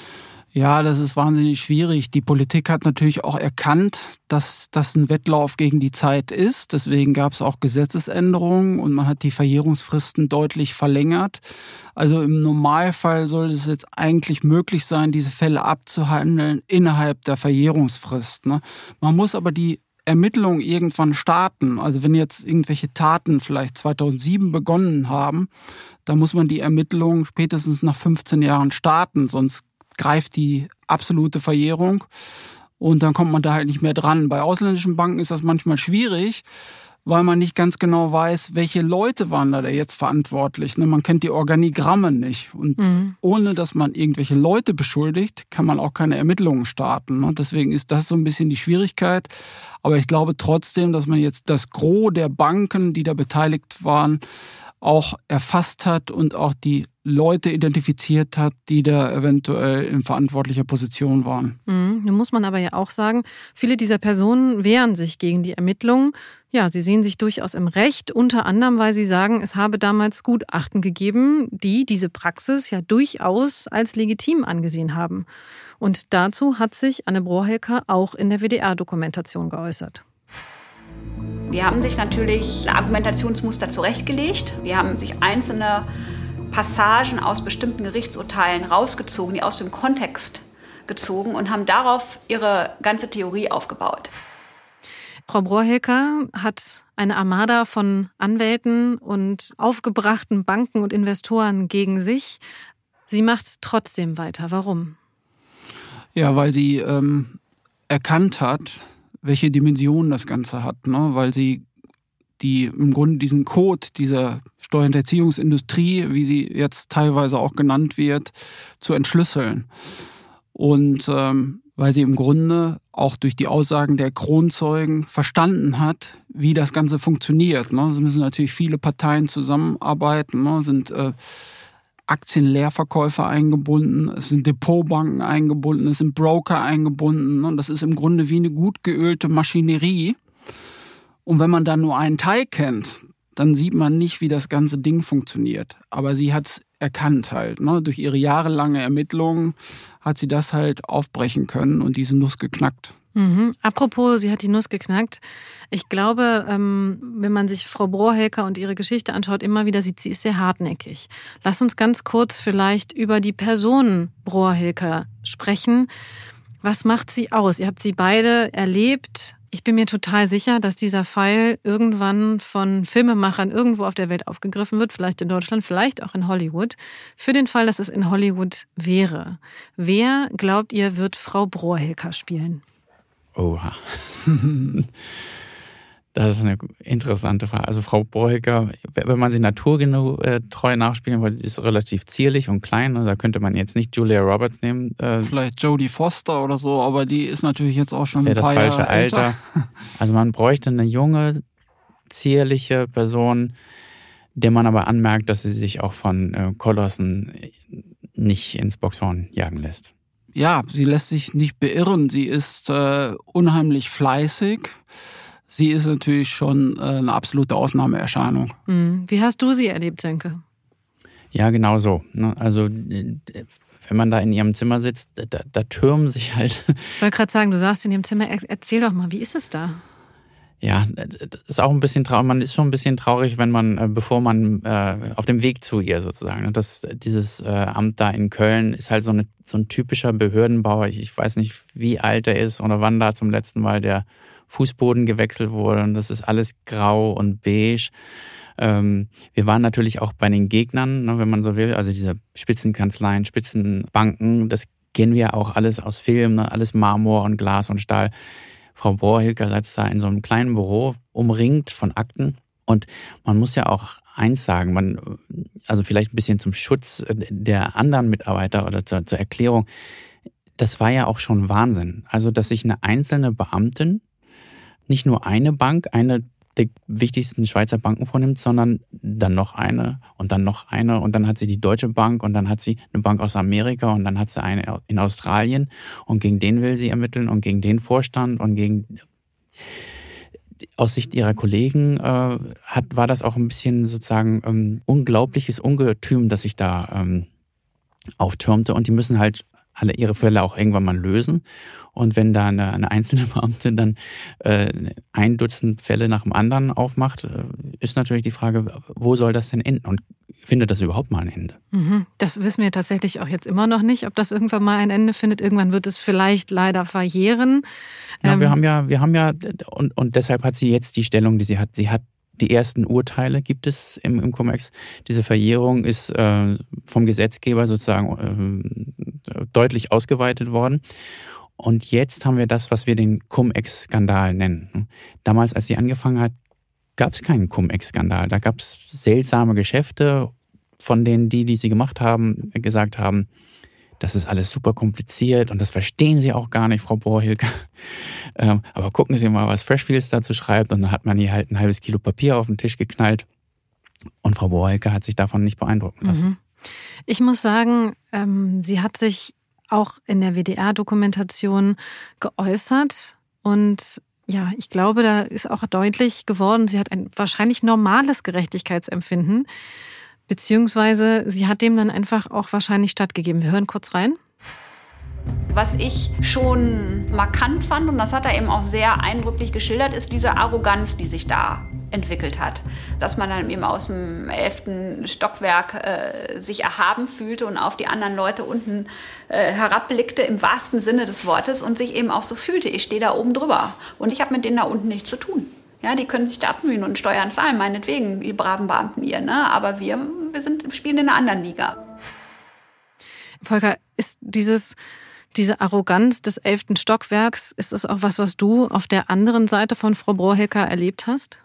Ja, das ist wahnsinnig schwierig. Die Politik hat natürlich auch erkannt, dass das ein Wettlauf gegen die Zeit ist. Deswegen gab es auch Gesetzesänderungen und man hat die Verjährungsfristen deutlich verlängert. Also im Normalfall soll es jetzt eigentlich möglich sein, diese Fälle abzuhandeln innerhalb der Verjährungsfrist. Ne? Man muss aber die Ermittlungen irgendwann starten. Also wenn jetzt irgendwelche Taten vielleicht zweitausendsieben begonnen haben, dann muss man die Ermittlungen spätestens nach fünfzehn Jahren starten, sonst greift die absolute Verjährung und dann kommt man da halt nicht mehr dran. Bei ausländischen Banken ist das manchmal schwierig, weil man nicht ganz genau weiß, welche Leute waren da jetzt verantwortlich. Man kennt die Organigramme nicht und mhm. ohne, dass man irgendwelche Leute beschuldigt, kann man auch keine Ermittlungen starten. Deswegen ist das so ein bisschen die Schwierigkeit. Aber ich glaube trotzdem, dass man jetzt das Gros der Banken, die da beteiligt waren, auch erfasst hat und auch die Leute identifiziert hat, die da eventuell in verantwortlicher Position waren. Mhm. Nun muss man aber ja auch sagen, viele dieser Personen wehren sich gegen die Ermittlungen. Ja, sie sehen sich durchaus im Recht, unter anderem, weil sie sagen, es habe damals Gutachten gegeben, die diese Praxis ja durchaus als legitim angesehen haben. Und dazu hat sich Anne Brohelker auch in der W D R-Dokumentation geäußert. Wir haben sich natürlich ein Argumentationsmuster zurechtgelegt. Wir haben sich einzelne Passagen aus bestimmten Gerichtsurteilen rausgezogen, die aus dem Kontext gezogen und haben darauf ihre ganze Theorie aufgebaut. Frau Brohelker hat eine Armada von Anwälten und aufgebrachten Banken und Investoren gegen sich. Sie macht trotzdem weiter. Warum? Ja, weil sie ähm, erkannt hat, welche Dimensionen das Ganze hat, ne? Weil sie die im Grunde diesen Code dieser Steuerhinterziehungsindustrie, wie sie jetzt teilweise auch genannt wird, zu entschlüsseln. Und ähm, weil sie im Grunde auch durch die Aussagen der Kronzeugen verstanden hat, wie das Ganze funktioniert. Ne? Es müssen natürlich viele Parteien zusammenarbeiten, ne? Es sind äh, Aktienleerverkäufer eingebunden, es sind Depotbanken eingebunden, es sind Broker eingebunden. Und das ist im Grunde wie eine gut geölte Maschinerie. Und wenn man dann nur einen Teil kennt, dann sieht man nicht, wie das ganze Ding funktioniert. Aber sie hat es erkannt halt. Ne? Durch ihre jahrelange Ermittlungen hat sie das halt aufbrechen können und diese Nuss geknackt. Mhm. Apropos, sie hat die Nuss geknackt. Ich glaube, ähm, wenn man sich Frau Brohelker und ihre Geschichte anschaut, immer wieder sieht, sie ist sehr hartnäckig. Lass uns ganz kurz vielleicht über die Person Brohelker sprechen. Was macht sie aus? Ihr habt sie beide erlebt. Ich bin mir total sicher, dass dieser Fall irgendwann von Filmemachern irgendwo auf der Welt aufgegriffen wird, vielleicht in Deutschland, vielleicht auch in Hollywood. Für den Fall, dass es in Hollywood wäre. Wer, glaubt ihr, wird Frau Brohelker spielen? Oha. Das ist eine interessante Frage. Also Frau Brohelker, wenn man sie naturtreu nachspielen will, ist relativ zierlich und klein. Da könnte man jetzt nicht Julia Roberts nehmen. Vielleicht Jodie Foster oder so, aber die ist natürlich jetzt auch schon ein paar das falsche Jahre älter. Alter. Also man bräuchte eine junge, zierliche Person, der man aber anmerkt, dass sie sich auch von äh, Kolossen nicht ins Boxhorn jagen lässt. Ja, sie lässt sich nicht beirren. Sie ist äh, unheimlich fleißig. Sie ist natürlich schon äh, eine absolute Ausnahmeerscheinung. Wie hast du sie erlebt, Sönke? Ja, genau so. Also wenn man da in ihrem Zimmer sitzt, da, da türmen sich halt... Ich wollte gerade sagen, du saßt in ihrem Zimmer. Erzähl doch mal, wie ist es da? Ja, das ist auch ein bisschen traurig. Man ist schon ein bisschen traurig, wenn man, bevor man äh, auf dem Weg zu ihr sozusagen, das, dieses äh, Amt da in Köln ist halt so, eine, so ein typischer Behördenbauer. Ich, ich weiß nicht, wie alt er ist oder wann da zum letzten Mal der Fußboden gewechselt wurde. Und das ist alles grau und beige. Ähm, wir waren natürlich auch bei den Gegnern, ne, wenn man so will, also diese Spitzenkanzleien, Spitzenbanken, das kennen wir auch alles aus Filmen, ne, alles Marmor und Glas und Stahl. Frau Brohr-Hilker sitzt da in so einem kleinen Büro, umringt von Akten. Und man muss ja auch eins sagen, man, also vielleicht ein bisschen zum Schutz der anderen Mitarbeiter oder zur, zur Erklärung, das war ja auch schon Wahnsinn. Also, dass sich eine einzelne Beamtin nicht nur eine Bank, eine der wichtigsten Schweizer Banken vornimmt, sondern dann noch eine und dann noch eine und dann hat sie die Deutsche Bank und dann hat sie eine Bank aus Amerika und dann hat sie eine in Australien und gegen den will sie ermitteln und gegen den Vorstand und gegen... Aus Sicht ihrer Kollegen äh, hat, war das auch ein bisschen sozusagen ähm, unglaubliches Ungetüm, das sich da ähm, auftürmte und die müssen halt alle ihre Fälle auch irgendwann mal lösen. Und wenn da eine, eine einzelne Beamtin dann äh, ein Dutzend Fälle nach dem anderen aufmacht, äh, ist natürlich die Frage, wo soll das denn enden? Und findet das überhaupt mal ein Ende? Mhm. Das wissen wir tatsächlich auch jetzt immer noch nicht, ob das irgendwann mal ein Ende findet. Irgendwann wird es vielleicht leider verjähren. Ja, ähm, wir haben ja, wir haben ja, und, und deshalb hat sie jetzt die Stellung, die sie hat. Sie hat die ersten Urteile gibt es im, im Cum-Ex. Diese Verjährung ist äh, vom Gesetzgeber sozusagen äh, deutlich ausgeweitet worden. Und jetzt haben wir das, was wir den Cum-Ex-Skandal nennen. Damals, als sie angefangen hat, gab es keinen Cum-Ex-Skandal. Da gab es seltsame Geschäfte, von denen die, die sie gemacht haben, gesagt haben, das ist alles super kompliziert und das verstehen Sie auch gar nicht, Frau Brohr-Hilker. Ähm, aber gucken Sie mal, was Freshfields dazu schreibt. Und dann hat man hier halt ein halbes Kilo Papier auf den Tisch geknallt. Und Frau Brohr-Hilker hat sich davon nicht beeindrucken lassen. Mhm. Ich muss sagen, ähm, sie hat sich auch in der W D R-Dokumentation geäußert. Und ja, ich glaube, da ist auch deutlich geworden, sie hat ein wahrscheinlich normales Gerechtigkeitsempfinden. Beziehungsweise sie hat dem dann einfach auch wahrscheinlich stattgegeben. Wir hören kurz rein. Was ich schon markant fand, und das hat er eben auch sehr eindrücklich geschildert, ist diese Arroganz, die sich da entwickelt hat. Dass man dann eben aus dem elften Stockwerk äh, sich erhaben fühlte und auf die anderen Leute unten äh, herabblickte, im wahrsten Sinne des Wortes, und sich eben auch so fühlte, ich stehe da oben drüber und ich habe mit denen da unten nichts zu tun. Ja, die können sich da abmühen und Steuern zahlen, meinetwegen, die braven Beamten ihr, ne? Aber wir, wir sind, spielen in einer anderen Liga. Volker, ist dieses, diese Arroganz des elften Stockwerks, ist das auch was, was du auf der anderen Seite von Frau Brohr-Hilker erlebt hast?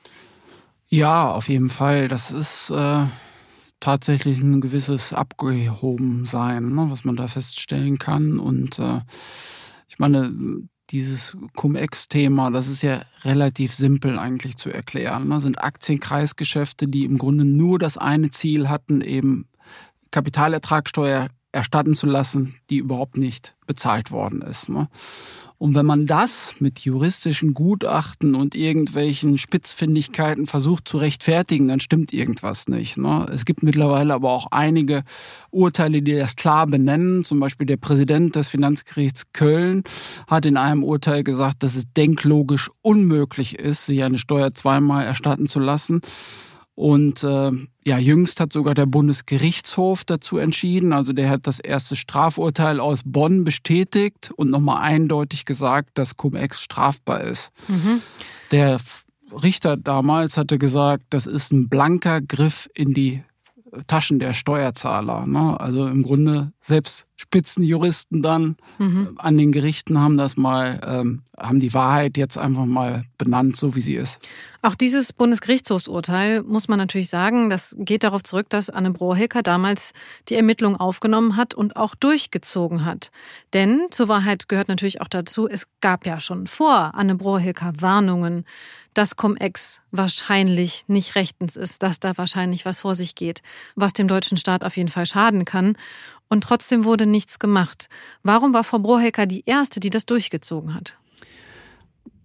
Ja, auf jeden Fall. Das ist äh, tatsächlich ein gewisses Abgehobensein, ne, was man da feststellen kann. Und äh, ich meine, dieses Cum-Ex-Thema, das ist ja relativ simpel eigentlich zu erklären. Das sind Aktienkreisgeschäfte, die im Grunde nur das eine Ziel hatten, eben Kapitalertragssteuer erstatten zu lassen, die überhaupt nicht bezahlt worden ist. Und wenn man das mit juristischen Gutachten und irgendwelchen Spitzfindigkeiten versucht zu rechtfertigen, dann stimmt irgendwas nicht. Es gibt mittlerweile aber auch einige Urteile, die das klar benennen. Zum Beispiel der Präsident des Finanzgerichts Köln hat in einem Urteil gesagt, dass es denklogisch unmöglich ist, sich eine Steuer zweimal erstatten zu lassen. Und äh, ja, jüngst hat sogar der Bundesgerichtshof dazu entschieden. Also der hat das erste Strafurteil aus Bonn bestätigt und nochmal eindeutig gesagt, dass Cum-Ex strafbar ist. Mhm. Der Richter damals hatte gesagt, das ist ein blanker Griff in die Taschen der Steuerzahler. Ne? Also im Grunde selbst Spitzenjuristen dann mhm. an den Gerichten haben das mal, ähm, haben die Wahrheit jetzt einfach mal benannt, so wie sie ist. Auch dieses Bundesgerichtshofsurteil muss man natürlich sagen, das geht darauf zurück, dass Anne Brohr-Hilker damals die Ermittlung aufgenommen hat und auch durchgezogen hat. Denn zur Wahrheit gehört natürlich auch dazu, es gab ja schon vor Anne Brohr-Hilker Warnungen, dass Cum-Ex wahrscheinlich nicht rechtens ist, dass da wahrscheinlich was vor sich geht, was dem deutschen Staat auf jeden Fall schaden kann. Und trotzdem wurde nichts gemacht. Warum war Frau Brohr-Hilker die Erste, die das durchgezogen hat?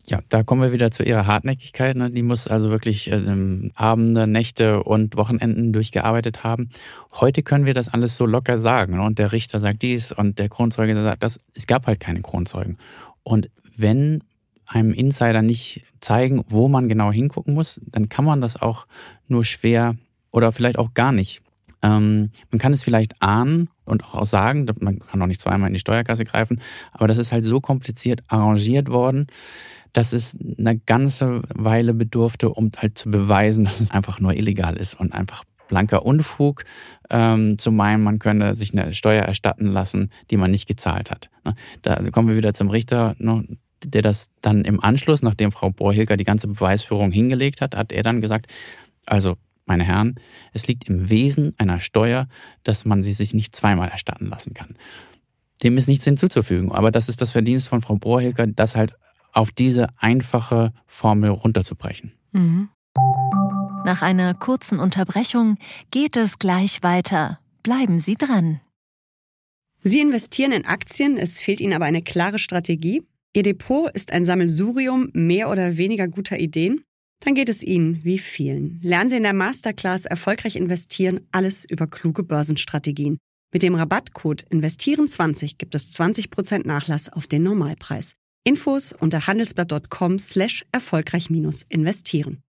Ja, da kommen wir wieder zu ihrer Hartnäckigkeit. Ne? Die muss also wirklich ähm, Abende, Nächte und Wochenenden durchgearbeitet haben. Heute können wir das alles so locker sagen. Ne? Und der Richter sagt dies und der Kronzeuge sagt das. Es gab halt keine Kronzeugen. Und wenn einem Insider nicht zeigen, wo man genau hingucken muss, dann kann man das auch nur schwer oder vielleicht auch gar nicht. Ähm, man kann es vielleicht ahnen und auch sagen, man kann auch nicht zweimal in die Steuerkasse greifen, aber das ist halt so kompliziert arrangiert worden, dass es eine ganze Weile bedurfte, um halt zu beweisen, dass es einfach nur illegal ist und einfach blanker Unfug, ähm, zu meinen, man könne sich eine Steuer erstatten lassen, die man nicht gezahlt hat. Da kommen wir wieder zum Richter, ne, der das dann im Anschluss, nachdem Frau Brohr-Hilker die ganze Beweisführung hingelegt hat, hat er dann gesagt, also meine Herren, es liegt im Wesen einer Steuer, dass man sie sich nicht zweimal erstatten lassen kann. Dem ist nichts hinzuzufügen, aber das ist das Verdienst von Frau Brohr-Hilker, das halt auf diese einfache Formel runterzubrechen. Mhm. Nach einer kurzen Unterbrechung geht es gleich weiter. Bleiben Sie dran. Sie investieren in Aktien, es fehlt Ihnen aber eine klare Strategie. Ihr Depot ist ein Sammelsurium mehr oder weniger guter Ideen. Dann geht es Ihnen wie vielen. Lernen Sie in der Masterclass Erfolgreich investieren, alles über kluge Börsenstrategien. Mit dem Rabattcode investieren zwanzig gibt es zwanzig Prozent Nachlass auf den Normalpreis. Infos unter handelsblatt.com slash erfolgreich minus investieren.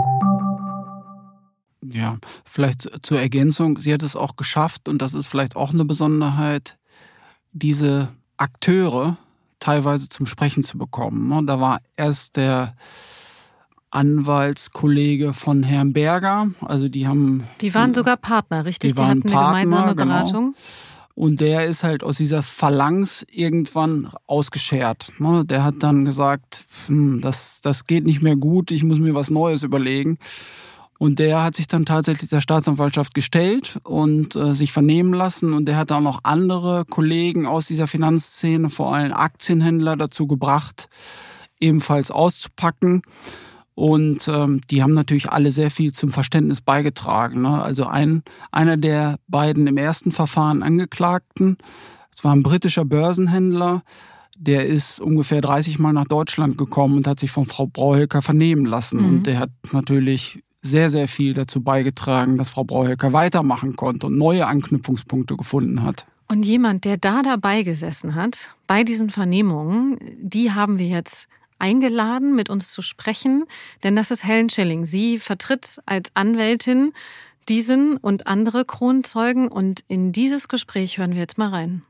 Ja, vielleicht zur Ergänzung, sie hat es auch geschafft, und das ist vielleicht auch eine Besonderheit, diese Akteure teilweise zum Sprechen zu bekommen. Da war erst der Anwaltskollege von Herrn Berger, also die haben... Die waren sogar Partner, richtig? Die, die waren hatten Partner, eine gemeinsame Beratung. Genau. Und der ist halt aus dieser Phalanx irgendwann ausgeschert. Der hat dann gesagt, hm, das, das geht nicht mehr gut, ich muss mir was Neues überlegen. Und der hat sich dann tatsächlich der Staatsanwaltschaft gestellt und äh, sich vernehmen lassen. Und der hat dann noch andere Kollegen aus dieser Finanzszene, vor allem Aktienhändler, dazu gebracht, ebenfalls auszupacken. Und ähm, die haben natürlich alle sehr viel zum Verständnis beigetragen. Ne? Also ein, einer der beiden im ersten Verfahren Angeklagten, es war ein britischer Börsenhändler, der ist ungefähr dreißig Mal nach Deutschland gekommen und hat sich von Frau Brohr-Hilker vernehmen lassen. Mhm. Und der hat natürlich sehr, sehr viel dazu beigetragen, dass Frau Brohr-Hilker weitermachen konnte und neue Anknüpfungspunkte gefunden hat. Und jemand, der da dabei gesessen hat, bei diesen Vernehmungen, die haben wir jetzt eingeladen, mit uns zu sprechen, denn das ist Helen Schilling. Sie vertritt als Anwältin diesen und andere Kronzeugen und in dieses Gespräch hören wir jetzt mal rein.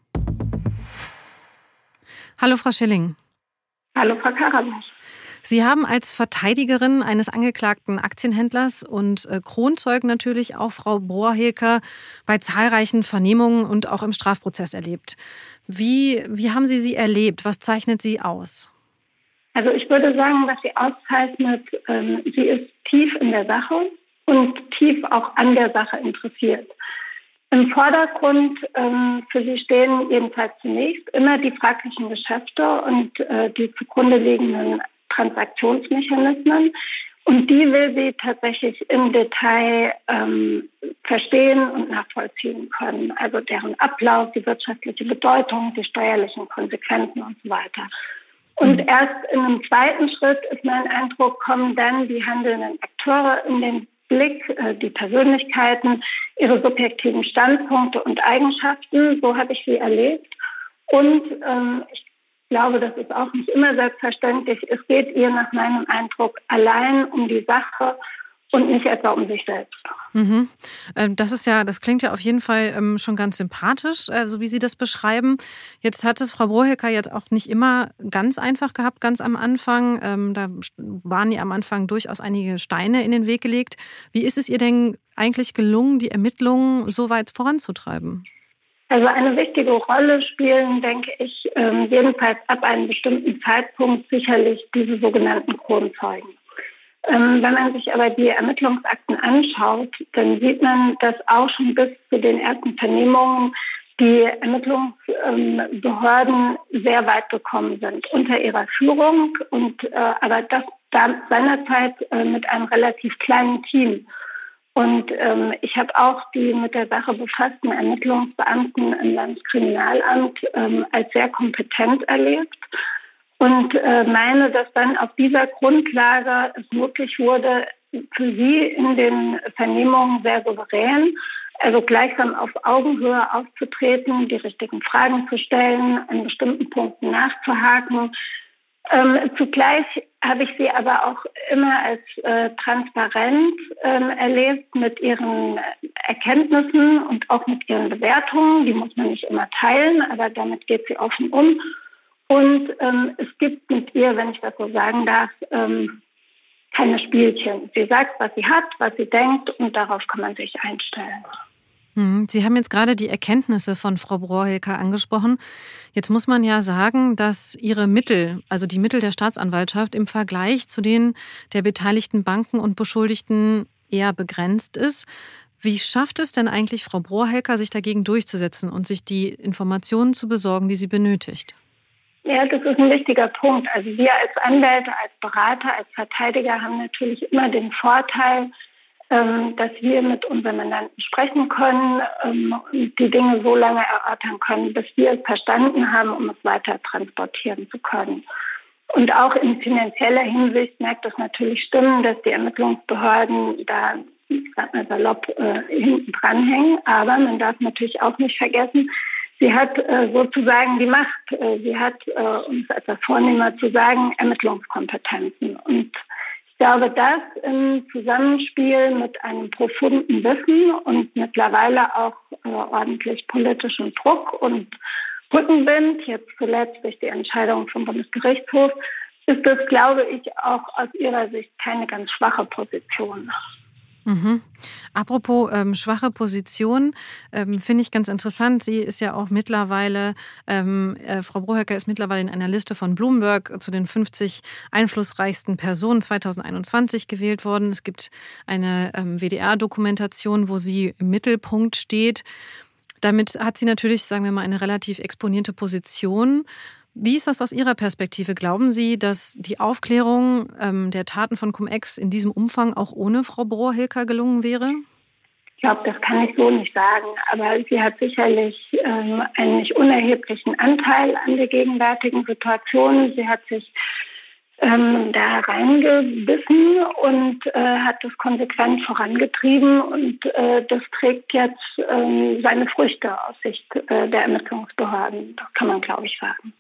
Hallo Frau Schilling. Hallo Frau Karabach. Sie haben als Verteidigerin eines angeklagten Aktienhändlers und äh, Kronzeugen natürlich auch Frau Brohr-Hilker bei zahlreichen Vernehmungen und auch im Strafprozess erlebt. Wie, wie haben Sie sie erlebt? Was zeichnet sie aus? Also ich würde sagen, was sie auszeichnet, ähm, sie ist tief in der Sache und tief auch an der Sache interessiert. Im Vordergrund ähm, für sie stehen jedenfalls zunächst immer die fraglichen Geschäfte und äh, die zugrunde liegenden Transaktionsmechanismen. Und die will sie tatsächlich im Detail ähm, verstehen und nachvollziehen können. Also deren Ablauf, die wirtschaftliche Bedeutung, die steuerlichen Konsequenzen und so weiter. Und erst in einem zweiten Schritt ist mein Eindruck, kommen dann die handelnden Akteure in den Blick, äh, die Persönlichkeiten, ihre subjektiven Standpunkte und Eigenschaften. So habe ich sie erlebt. Und ähm, ich glaube, das ist auch nicht immer selbstverständlich. Es geht ihr nach meinem Eindruck allein um die Sache und nicht etwa um sich selbst. Mhm. Das ist ja, das klingt ja auf jeden Fall schon ganz sympathisch, so wie Sie das beschreiben. Jetzt hat es Frau Brohr-Hilker jetzt auch nicht immer ganz einfach gehabt, ganz am Anfang. Da waren ihr am Anfang durchaus einige Steine in den Weg gelegt. Wie ist es ihr denn eigentlich gelungen, die Ermittlungen so weit voranzutreiben? Also eine wichtige Rolle spielen, denke ich, jedenfalls ab einem bestimmten Zeitpunkt sicherlich diese sogenannten Kronzeugen. Ähm, wenn man sich aber die Ermittlungsakten anschaut, dann sieht man, dass auch schon bis zu den ersten Vernehmungen die Ermittlungsbehörden ähm, sehr weit gekommen sind unter ihrer Führung und äh, aber das da seinerzeit äh, mit einem relativ kleinen Team. Und ähm, ich habe auch die mit der Sache befassten Ermittlungsbeamten im Landeskriminalamt ähm, als sehr kompetent erlebt. Und äh, meine, dass dann auf dieser Grundlage es möglich wurde, für sie in den Vernehmungen sehr souverän, also gleichsam auf Augenhöhe aufzutreten, die richtigen Fragen zu stellen, an bestimmten Punkten nachzuhaken. Ähm, zugleich habe ich sie aber auch immer als äh, transparent ähm, erlebt mit ihren Erkenntnissen und auch mit ihren Bewertungen. Die muss man nicht immer teilen, aber damit geht sie offen um. Und ähm, es gibt mit ihr, wenn ich das so sagen darf, ähm, keine Spielchen. Sie sagt, was sie hat, was sie denkt, und darauf kann man sich einstellen. Sie haben jetzt gerade die Erkenntnisse von Frau Brohilker angesprochen. Jetzt muss man ja sagen, dass Ihre Mittel, also die Mittel der Staatsanwaltschaft im Vergleich zu denen der beteiligten Banken und Beschuldigten eher begrenzt ist. Wie schafft es denn eigentlich Frau Brohilker, sich dagegen durchzusetzen und sich die Informationen zu besorgen, die sie benötigt? Ja, das ist ein wichtiger Punkt. Also wir als Anwälte, als Berater, als Verteidiger haben natürlich immer den Vorteil, dass wir mit unseren Mandanten sprechen können und die Dinge so lange erörtern können, bis wir es verstanden haben, um es weiter transportieren zu können. Und auch in finanzieller Hinsicht merkt es natürlich stimmen, dass die Ermittlungsbehörden da, ich sag mal salopp, äh, hinten dranhängen. Aber man darf natürlich auch nicht vergessen, sie hat äh, sozusagen die Macht. Äh, sie hat, äh, um es etwas vornehmer zu sagen, Ermittlungskompetenzen. Und ich glaube, das im Zusammenspiel mit einem profunden Wissen und mittlerweile auch äh, ordentlich politischem Druck und Rückenwind, jetzt zuletzt durch die Entscheidung vom Bundesgerichtshof, ist das, glaube ich, auch aus ihrer Sicht keine ganz schwache Position. Mhm. Apropos ähm, schwache Position, ähm, finde ich ganz interessant. Sie ist ja auch mittlerweile, ähm, äh, Frau Brohilker ist mittlerweile in einer Liste von Bloomberg zu den fünfzig einflussreichsten Personen zwanzig einundzwanzig gewählt worden. Es gibt eine ähm, W D R-Dokumentation, wo sie im Mittelpunkt steht. Damit hat sie natürlich, sagen wir mal, eine relativ exponierte Position. Wie ist das aus Ihrer Perspektive? Glauben Sie, dass die Aufklärung ähm, der Taten von Cum-Ex in diesem Umfang auch ohne Frau Brohilker gelungen wäre? Ich glaube, das kann ich so nicht sagen. Aber sie hat sicherlich ähm, einen nicht unerheblichen Anteil an der gegenwärtigen Situation. Sie hat sich ähm, da reingebissen und äh, hat das konsequent vorangetrieben. Und äh, das trägt jetzt ähm, seine Früchte aus Sicht äh, der Ermittlungsbehörden. Das kann man, glaube ich, sagen.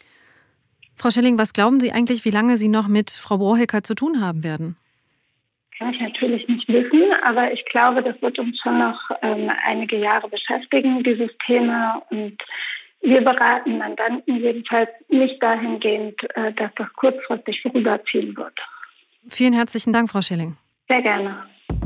Frau Schelling, was glauben Sie eigentlich, wie lange Sie noch mit Frau Brohilker zu tun haben werden? Kann ich natürlich nicht wissen, aber ich glaube, das wird uns schon noch ähm, einige Jahre beschäftigen, dieses Thema. Und wir beraten Mandanten jedenfalls nicht dahingehend, äh, dass das kurzfristig vorüberziehen wird. Vielen herzlichen Dank, Frau Schelling. Sehr gerne.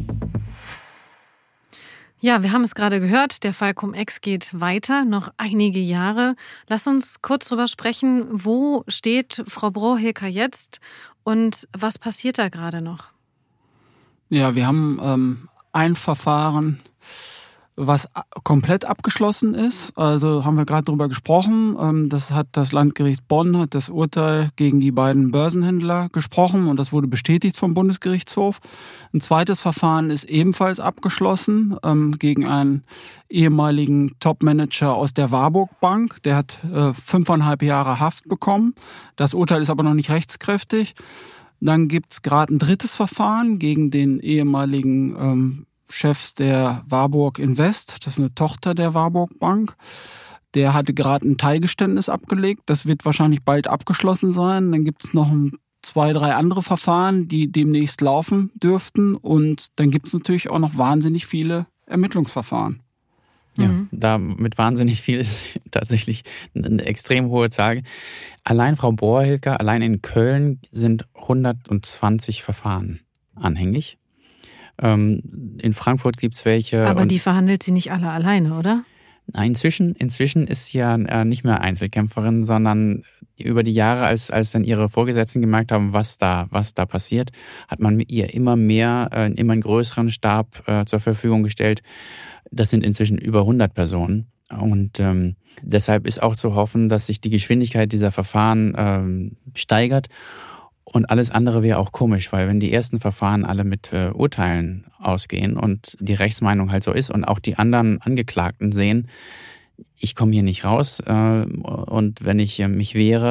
Ja, wir haben es gerade gehört, der Fall Cum-Ex geht weiter, noch einige Jahre. Lass uns kurz drüber sprechen, wo steht Frau Brohilker jetzt und was passiert da gerade noch? Ja, wir haben ähm, ein Verfahren, was komplett abgeschlossen ist. Also haben wir gerade drüber gesprochen. Ähm, das hat das Landgericht Bonn, hat das Urteil gegen die beiden Börsenhändler gesprochen und das wurde bestätigt vom Bundesgerichtshof. Ein zweites Verfahren ist ebenfalls abgeschlossen ähm, gegen einen ehemaligen Topmanager aus der Warburg Bank. Der hat äh, fünfeinhalb Jahre Haft bekommen. Das Urteil ist aber noch nicht rechtskräftig. Dann gibt's gerade ein drittes Verfahren gegen den ehemaligen ähm, Chef der Warburg Invest, das ist eine Tochter der Warburg Bank. Der hatte gerade ein Teilgeständnis abgelegt. Das wird wahrscheinlich bald abgeschlossen sein. Dann gibt es noch ein, zwei, drei andere Verfahren, die demnächst laufen dürften. Und dann gibt es natürlich auch noch wahnsinnig viele Ermittlungsverfahren. Ja, mhm. da mit wahnsinnig viel ist tatsächlich eine extrem hohe Zahl. Allein Frau Brohilker, allein in Köln sind hundertzwanzig Verfahren anhängig. In Frankfurt gibt's welche. Aber die verhandelt sie nicht alle alleine, oder? Nein, inzwischen, inzwischen ist sie ja nicht mehr Einzelkämpferin, sondern über die Jahre, als, als dann ihre Vorgesetzten gemerkt haben, was da, was da passiert, hat man ihr immer mehr, äh, immer einen größeren Stab äh, zur Verfügung gestellt. Das sind inzwischen über hundert Personen. Und ähm, deshalb ist auch zu hoffen, dass sich die Geschwindigkeit dieser Verfahren ähm, steigert. Und alles andere wäre auch komisch, weil wenn die ersten Verfahren alle mit äh, Urteilen ausgehen und die Rechtsmeinung halt so ist und auch die anderen Angeklagten sehen, ich komme hier nicht raus äh, und wenn ich äh, mich wehre,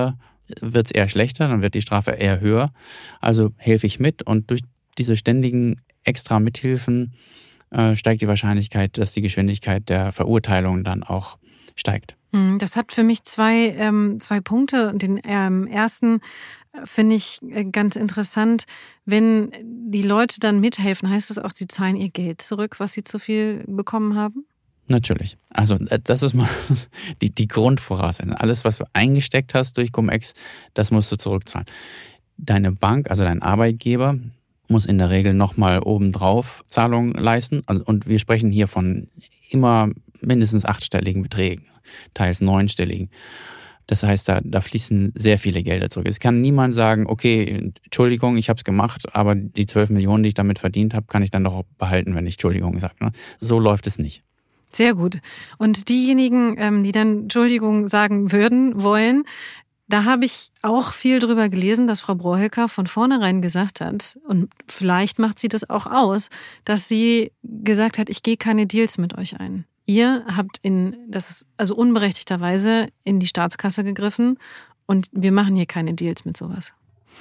wird es eher schlechter, dann wird die Strafe eher höher. Also helfe ich mit und durch diese ständigen extra Mithilfen äh, steigt die Wahrscheinlichkeit, dass die Geschwindigkeit der Verurteilung dann auch steigt. Das hat für mich zwei, ähm, zwei Punkte. Den ähm, ersten finde ich ganz interessant. Wenn die Leute dann mithelfen, heißt das auch, sie zahlen ihr Geld zurück, was sie zu viel bekommen haben? Natürlich. Also das ist mal die, die Grundvoraussetzung. Alles, was du eingesteckt hast durch Cum-Ex, das musst du zurückzahlen. Deine Bank, also dein Arbeitgeber, muss in der Regel nochmal obendrauf Zahlungen leisten. Also, und wir sprechen hier von immer mindestens achtstelligen Beträgen, teils neunstelligen. Das heißt, da, da fließen sehr viele Gelder zurück. Es kann niemand sagen, okay, Entschuldigung, ich habe es gemacht, aber die zwölf Millionen, die ich damit verdient habe, kann ich dann doch auch behalten, wenn ich Entschuldigung sage. Ne? So läuft es nicht. Sehr gut. Und diejenigen, die dann Entschuldigung sagen würden, wollen, da habe ich auch viel drüber gelesen, dass Frau Brohecker von vornherein gesagt hat, und vielleicht macht sie das auch aus, dass sie gesagt hat, ich gehe keine Deals mit euch ein. Ihr habt in das also unberechtigterweise in die Staatskasse gegriffen und wir machen hier keine Deals mit sowas.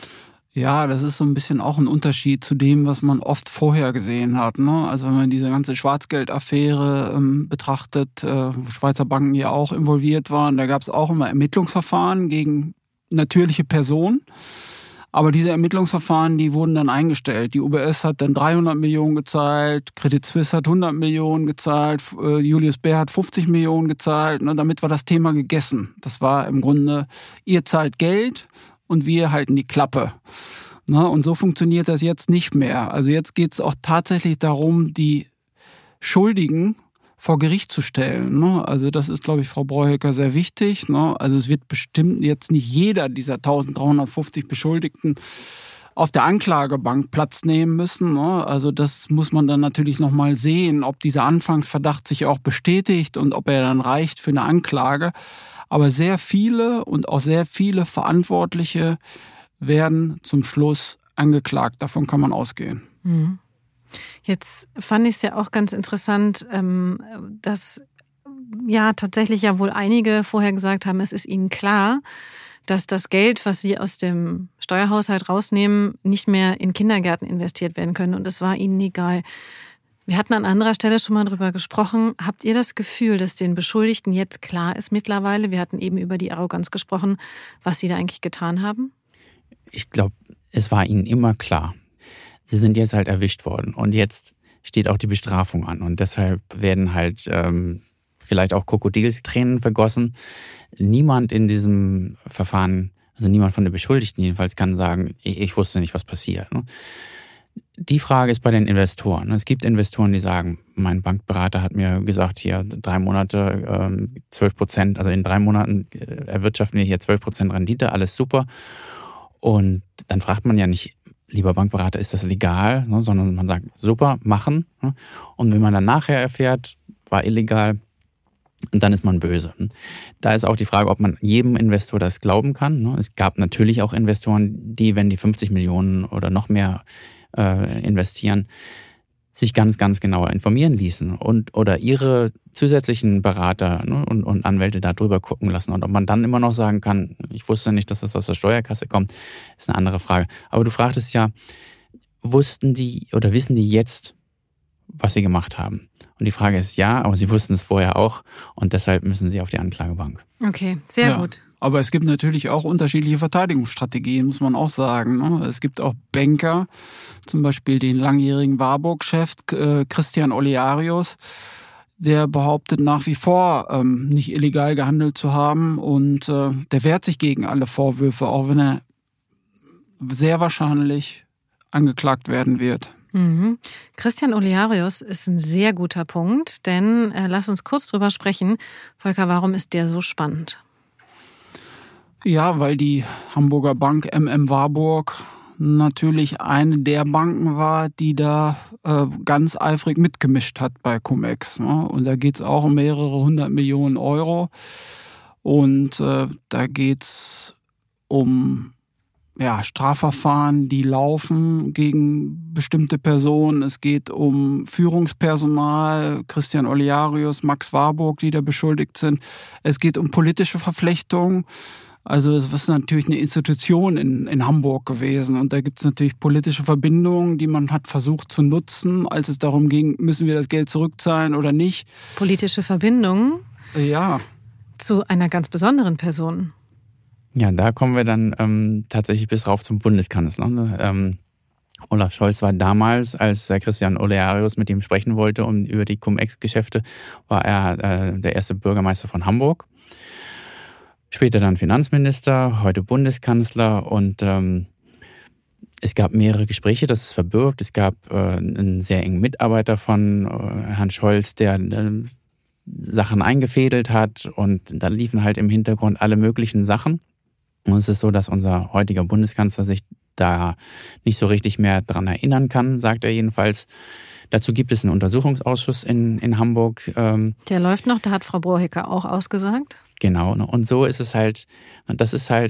Ja, das ist so ein bisschen auch ein Unterschied zu dem, was man oft vorher gesehen hat. Ne? Also wenn man diese ganze Schwarzgeldaffäre ähm, betrachtet, äh, wo Schweizer Banken ja auch involviert waren, da gab es auch immer Ermittlungsverfahren gegen natürliche Personen. Aber diese Ermittlungsverfahren, die wurden dann eingestellt. Die U B S hat dann dreihundert Millionen gezahlt, Credit Suisse hat hundert Millionen gezahlt, äh, Julius Baer hat fünfzig Millionen gezahlt. Ne? Damit war das Thema gegessen. Das war im Grunde, ihr zahlt Geld und wir halten die Klappe. Ne? Und so funktioniert das jetzt nicht mehr. Also jetzt geht es auch tatsächlich darum, die Schuldigen vor Gericht zu stellen. Ne? Also das ist, glaube ich, Frau Brohecker sehr wichtig. Ne? Also es wird bestimmt jetzt nicht jeder dieser eintausenddreihundertfünfzig Beschuldigten auf der Anklagebank Platz nehmen müssen. Ne? Also das muss man dann natürlich nochmal sehen, ob dieser Anfangsverdacht sich auch bestätigt und ob er dann reicht für eine Anklage. Aber sehr viele und auch sehr viele Verantwortliche werden zum Schluss angeklagt. Davon kann man ausgehen. Mhm. Jetzt fand ich es ja auch ganz interessant, dass ja tatsächlich ja wohl einige vorher gesagt haben, es ist ihnen klar, dass das Geld, was sie aus dem Steuerhaushalt rausnehmen, nicht mehr in Kindergärten investiert werden können. Und es war ihnen egal. Wir hatten an anderer Stelle schon mal drüber gesprochen. Habt ihr das Gefühl, dass den Beschuldigten jetzt klar ist mittlerweile? Wir hatten eben über die Arroganz gesprochen, was sie da eigentlich getan haben. Ich glaube, es war ihnen immer klar. Sie sind jetzt halt erwischt worden und jetzt steht auch die Bestrafung an und deshalb werden halt ähm, vielleicht auch Krokodilstränen vergossen. Niemand in diesem Verfahren, also niemand von den Beschuldigten jedenfalls, kann sagen, ich, ich wusste nicht, was passiert. Ne? Die Frage ist bei den Investoren. Es gibt Investoren, die sagen, mein Bankberater hat mir gesagt, hier drei Monate, ähm, zwölf Prozent, also in drei Monaten erwirtschaften wir hier zwölf Prozent Rendite, alles super. Und dann fragt man ja nicht, lieber Bankberater, ist das legal, ne, sondern man sagt, super, machen. Ne? Und wenn man dann nachher erfährt, war illegal, dann ist man böse. Da ist auch die Frage, ob man jedem Investor das glauben kann. Ne? Es gab natürlich auch Investoren, die, wenn die fünfzig Millionen oder noch mehr äh, investieren, sich ganz, ganz genauer informieren ließen und oder ihre zusätzlichen Berater, ne, und, und Anwälte da drüber gucken lassen. Und ob man dann immer noch sagen kann, ich wusste nicht, dass das aus der Steuerkasse kommt, ist eine andere Frage. Aber du fragtest ja, wussten die oder wissen die jetzt, was sie gemacht haben? Und die Frage ist ja, aber sie wussten es vorher auch und deshalb müssen sie auf die Anklagebank. Okay, sehr ja. gut. Aber es gibt natürlich auch unterschiedliche Verteidigungsstrategien, muss man auch sagen. Es gibt auch Banker, zum Beispiel den langjährigen Warburg-Chef Christian Olearius, der behauptet nach wie vor, ähm, nicht illegal gehandelt zu haben und äh, der wehrt sich gegen alle Vorwürfe, auch wenn er sehr wahrscheinlich angeklagt werden wird. Mhm. Christian Olearius ist ein sehr guter Punkt, denn äh, lass uns kurz drüber sprechen. Volker, warum ist der so spannend? Ja, weil die Hamburger Bank M M Warburg natürlich eine der Banken war, die da äh, ganz eifrig mitgemischt hat bei Cum-Ex. Ne? Und da geht's auch um mehrere hundert Millionen Euro. Und äh, da geht's um ja, Strafverfahren, die laufen gegen bestimmte Personen. Es geht um Führungspersonal, Christian Olearius, Max Warburg, die da beschuldigt sind. Es geht um politische Verflechtungen. Also es ist natürlich eine Institution in, in Hamburg gewesen und da gibt es natürlich politische Verbindungen, die man hat versucht zu nutzen, als es darum ging, müssen wir das Geld zurückzahlen oder nicht. Politische Verbindungen? Ja. Zu einer ganz besonderen Person. Ja, da kommen wir dann ähm, tatsächlich bis rauf zum Bundeskanzler. Ne? Ähm, Olaf Scholz war damals, als äh, Christian Olearius mit ihm sprechen wollte um, über die Cum-Ex-Geschäfte, war er äh, der erste Bürgermeister von Hamburg. Später dann Finanzminister, heute Bundeskanzler und ähm, es gab mehrere Gespräche, das ist verbürgt. Es gab äh, einen sehr engen Mitarbeiter von äh, Herrn Scholz, der äh, Sachen eingefädelt hat und da liefen halt im Hintergrund alle möglichen Sachen. Und es ist so, dass unser heutiger Bundeskanzler sich da nicht so richtig mehr dran erinnern kann, sagt er jedenfalls. Dazu gibt es einen Untersuchungsausschuss in, in Hamburg. Ähm, Der läuft noch, da hat Frau Brohecker auch ausgesagt. Genau, und so ist es halt, das ist halt,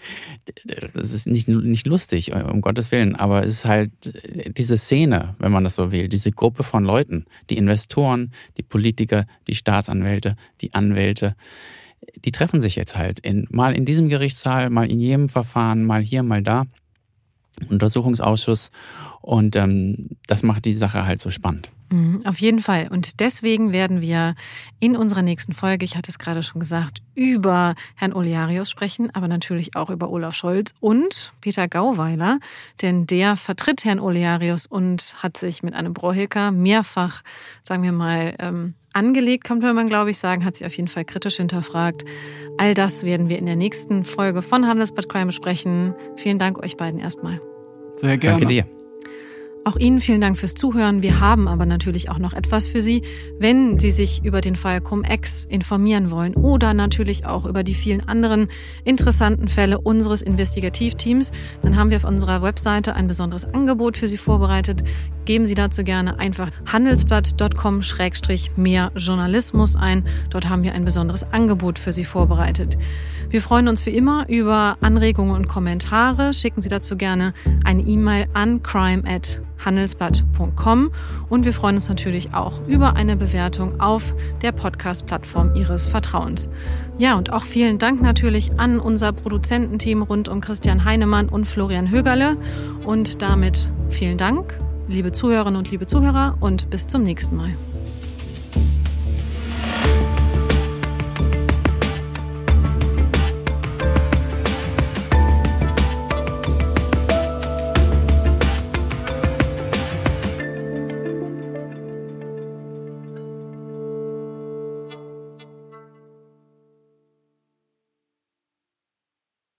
das ist nicht, nicht lustig, um Gottes Willen, aber es ist halt diese Szene, wenn man das so will, diese Gruppe von Leuten, die Investoren, die Politiker, die Staatsanwälte, die Anwälte, die treffen sich jetzt halt in, mal in diesem Gerichtssaal, mal in jedem Verfahren, mal hier, mal da. Untersuchungsausschuss und ähm, das macht die Sache halt so spannend. Auf jeden Fall. Und deswegen werden wir in unserer nächsten Folge, ich hatte es gerade schon gesagt, über Herrn Olearius sprechen, aber natürlich auch über Olaf Scholz und Peter Gauweiler, denn der vertritt Herrn Olearius und hat sich mit einem Brohecker mehrfach, sagen wir mal, ähm, angelegt, könnte man, glaube ich, sagen, hat sie auf jeden Fall kritisch hinterfragt. All das werden wir in der nächsten Folge von Handelsblatt Crime besprechen. Vielen Dank euch beiden erstmal. Sehr gerne. Danke dir. Auch Ihnen vielen Dank fürs Zuhören. Wir haben aber natürlich auch noch etwas für Sie, wenn Sie sich über den Fall Cum-Ex informieren wollen oder natürlich auch über die vielen anderen interessanten Fälle unseres Investigativteams. Dann haben wir auf unserer Webseite ein besonderes Angebot für Sie vorbereitet. Geben Sie dazu gerne einfach handelsblatt punkt com slash mehr Journalismus ein. Dort haben wir ein besonderes Angebot für Sie vorbereitet. Wir freuen uns wie immer über Anregungen und Kommentare. Schicken Sie dazu gerne eine E-Mail an crime at handelsblatt punkt com und wir freuen uns natürlich auch über eine Bewertung auf der Podcast-Plattform Ihres Vertrauens. Ja, und auch vielen Dank natürlich an unser Produzententeam rund um Christian Heinemann und Florian Högerle und damit vielen Dank, liebe Zuhörerinnen und liebe Zuhörer und bis zum nächsten Mal.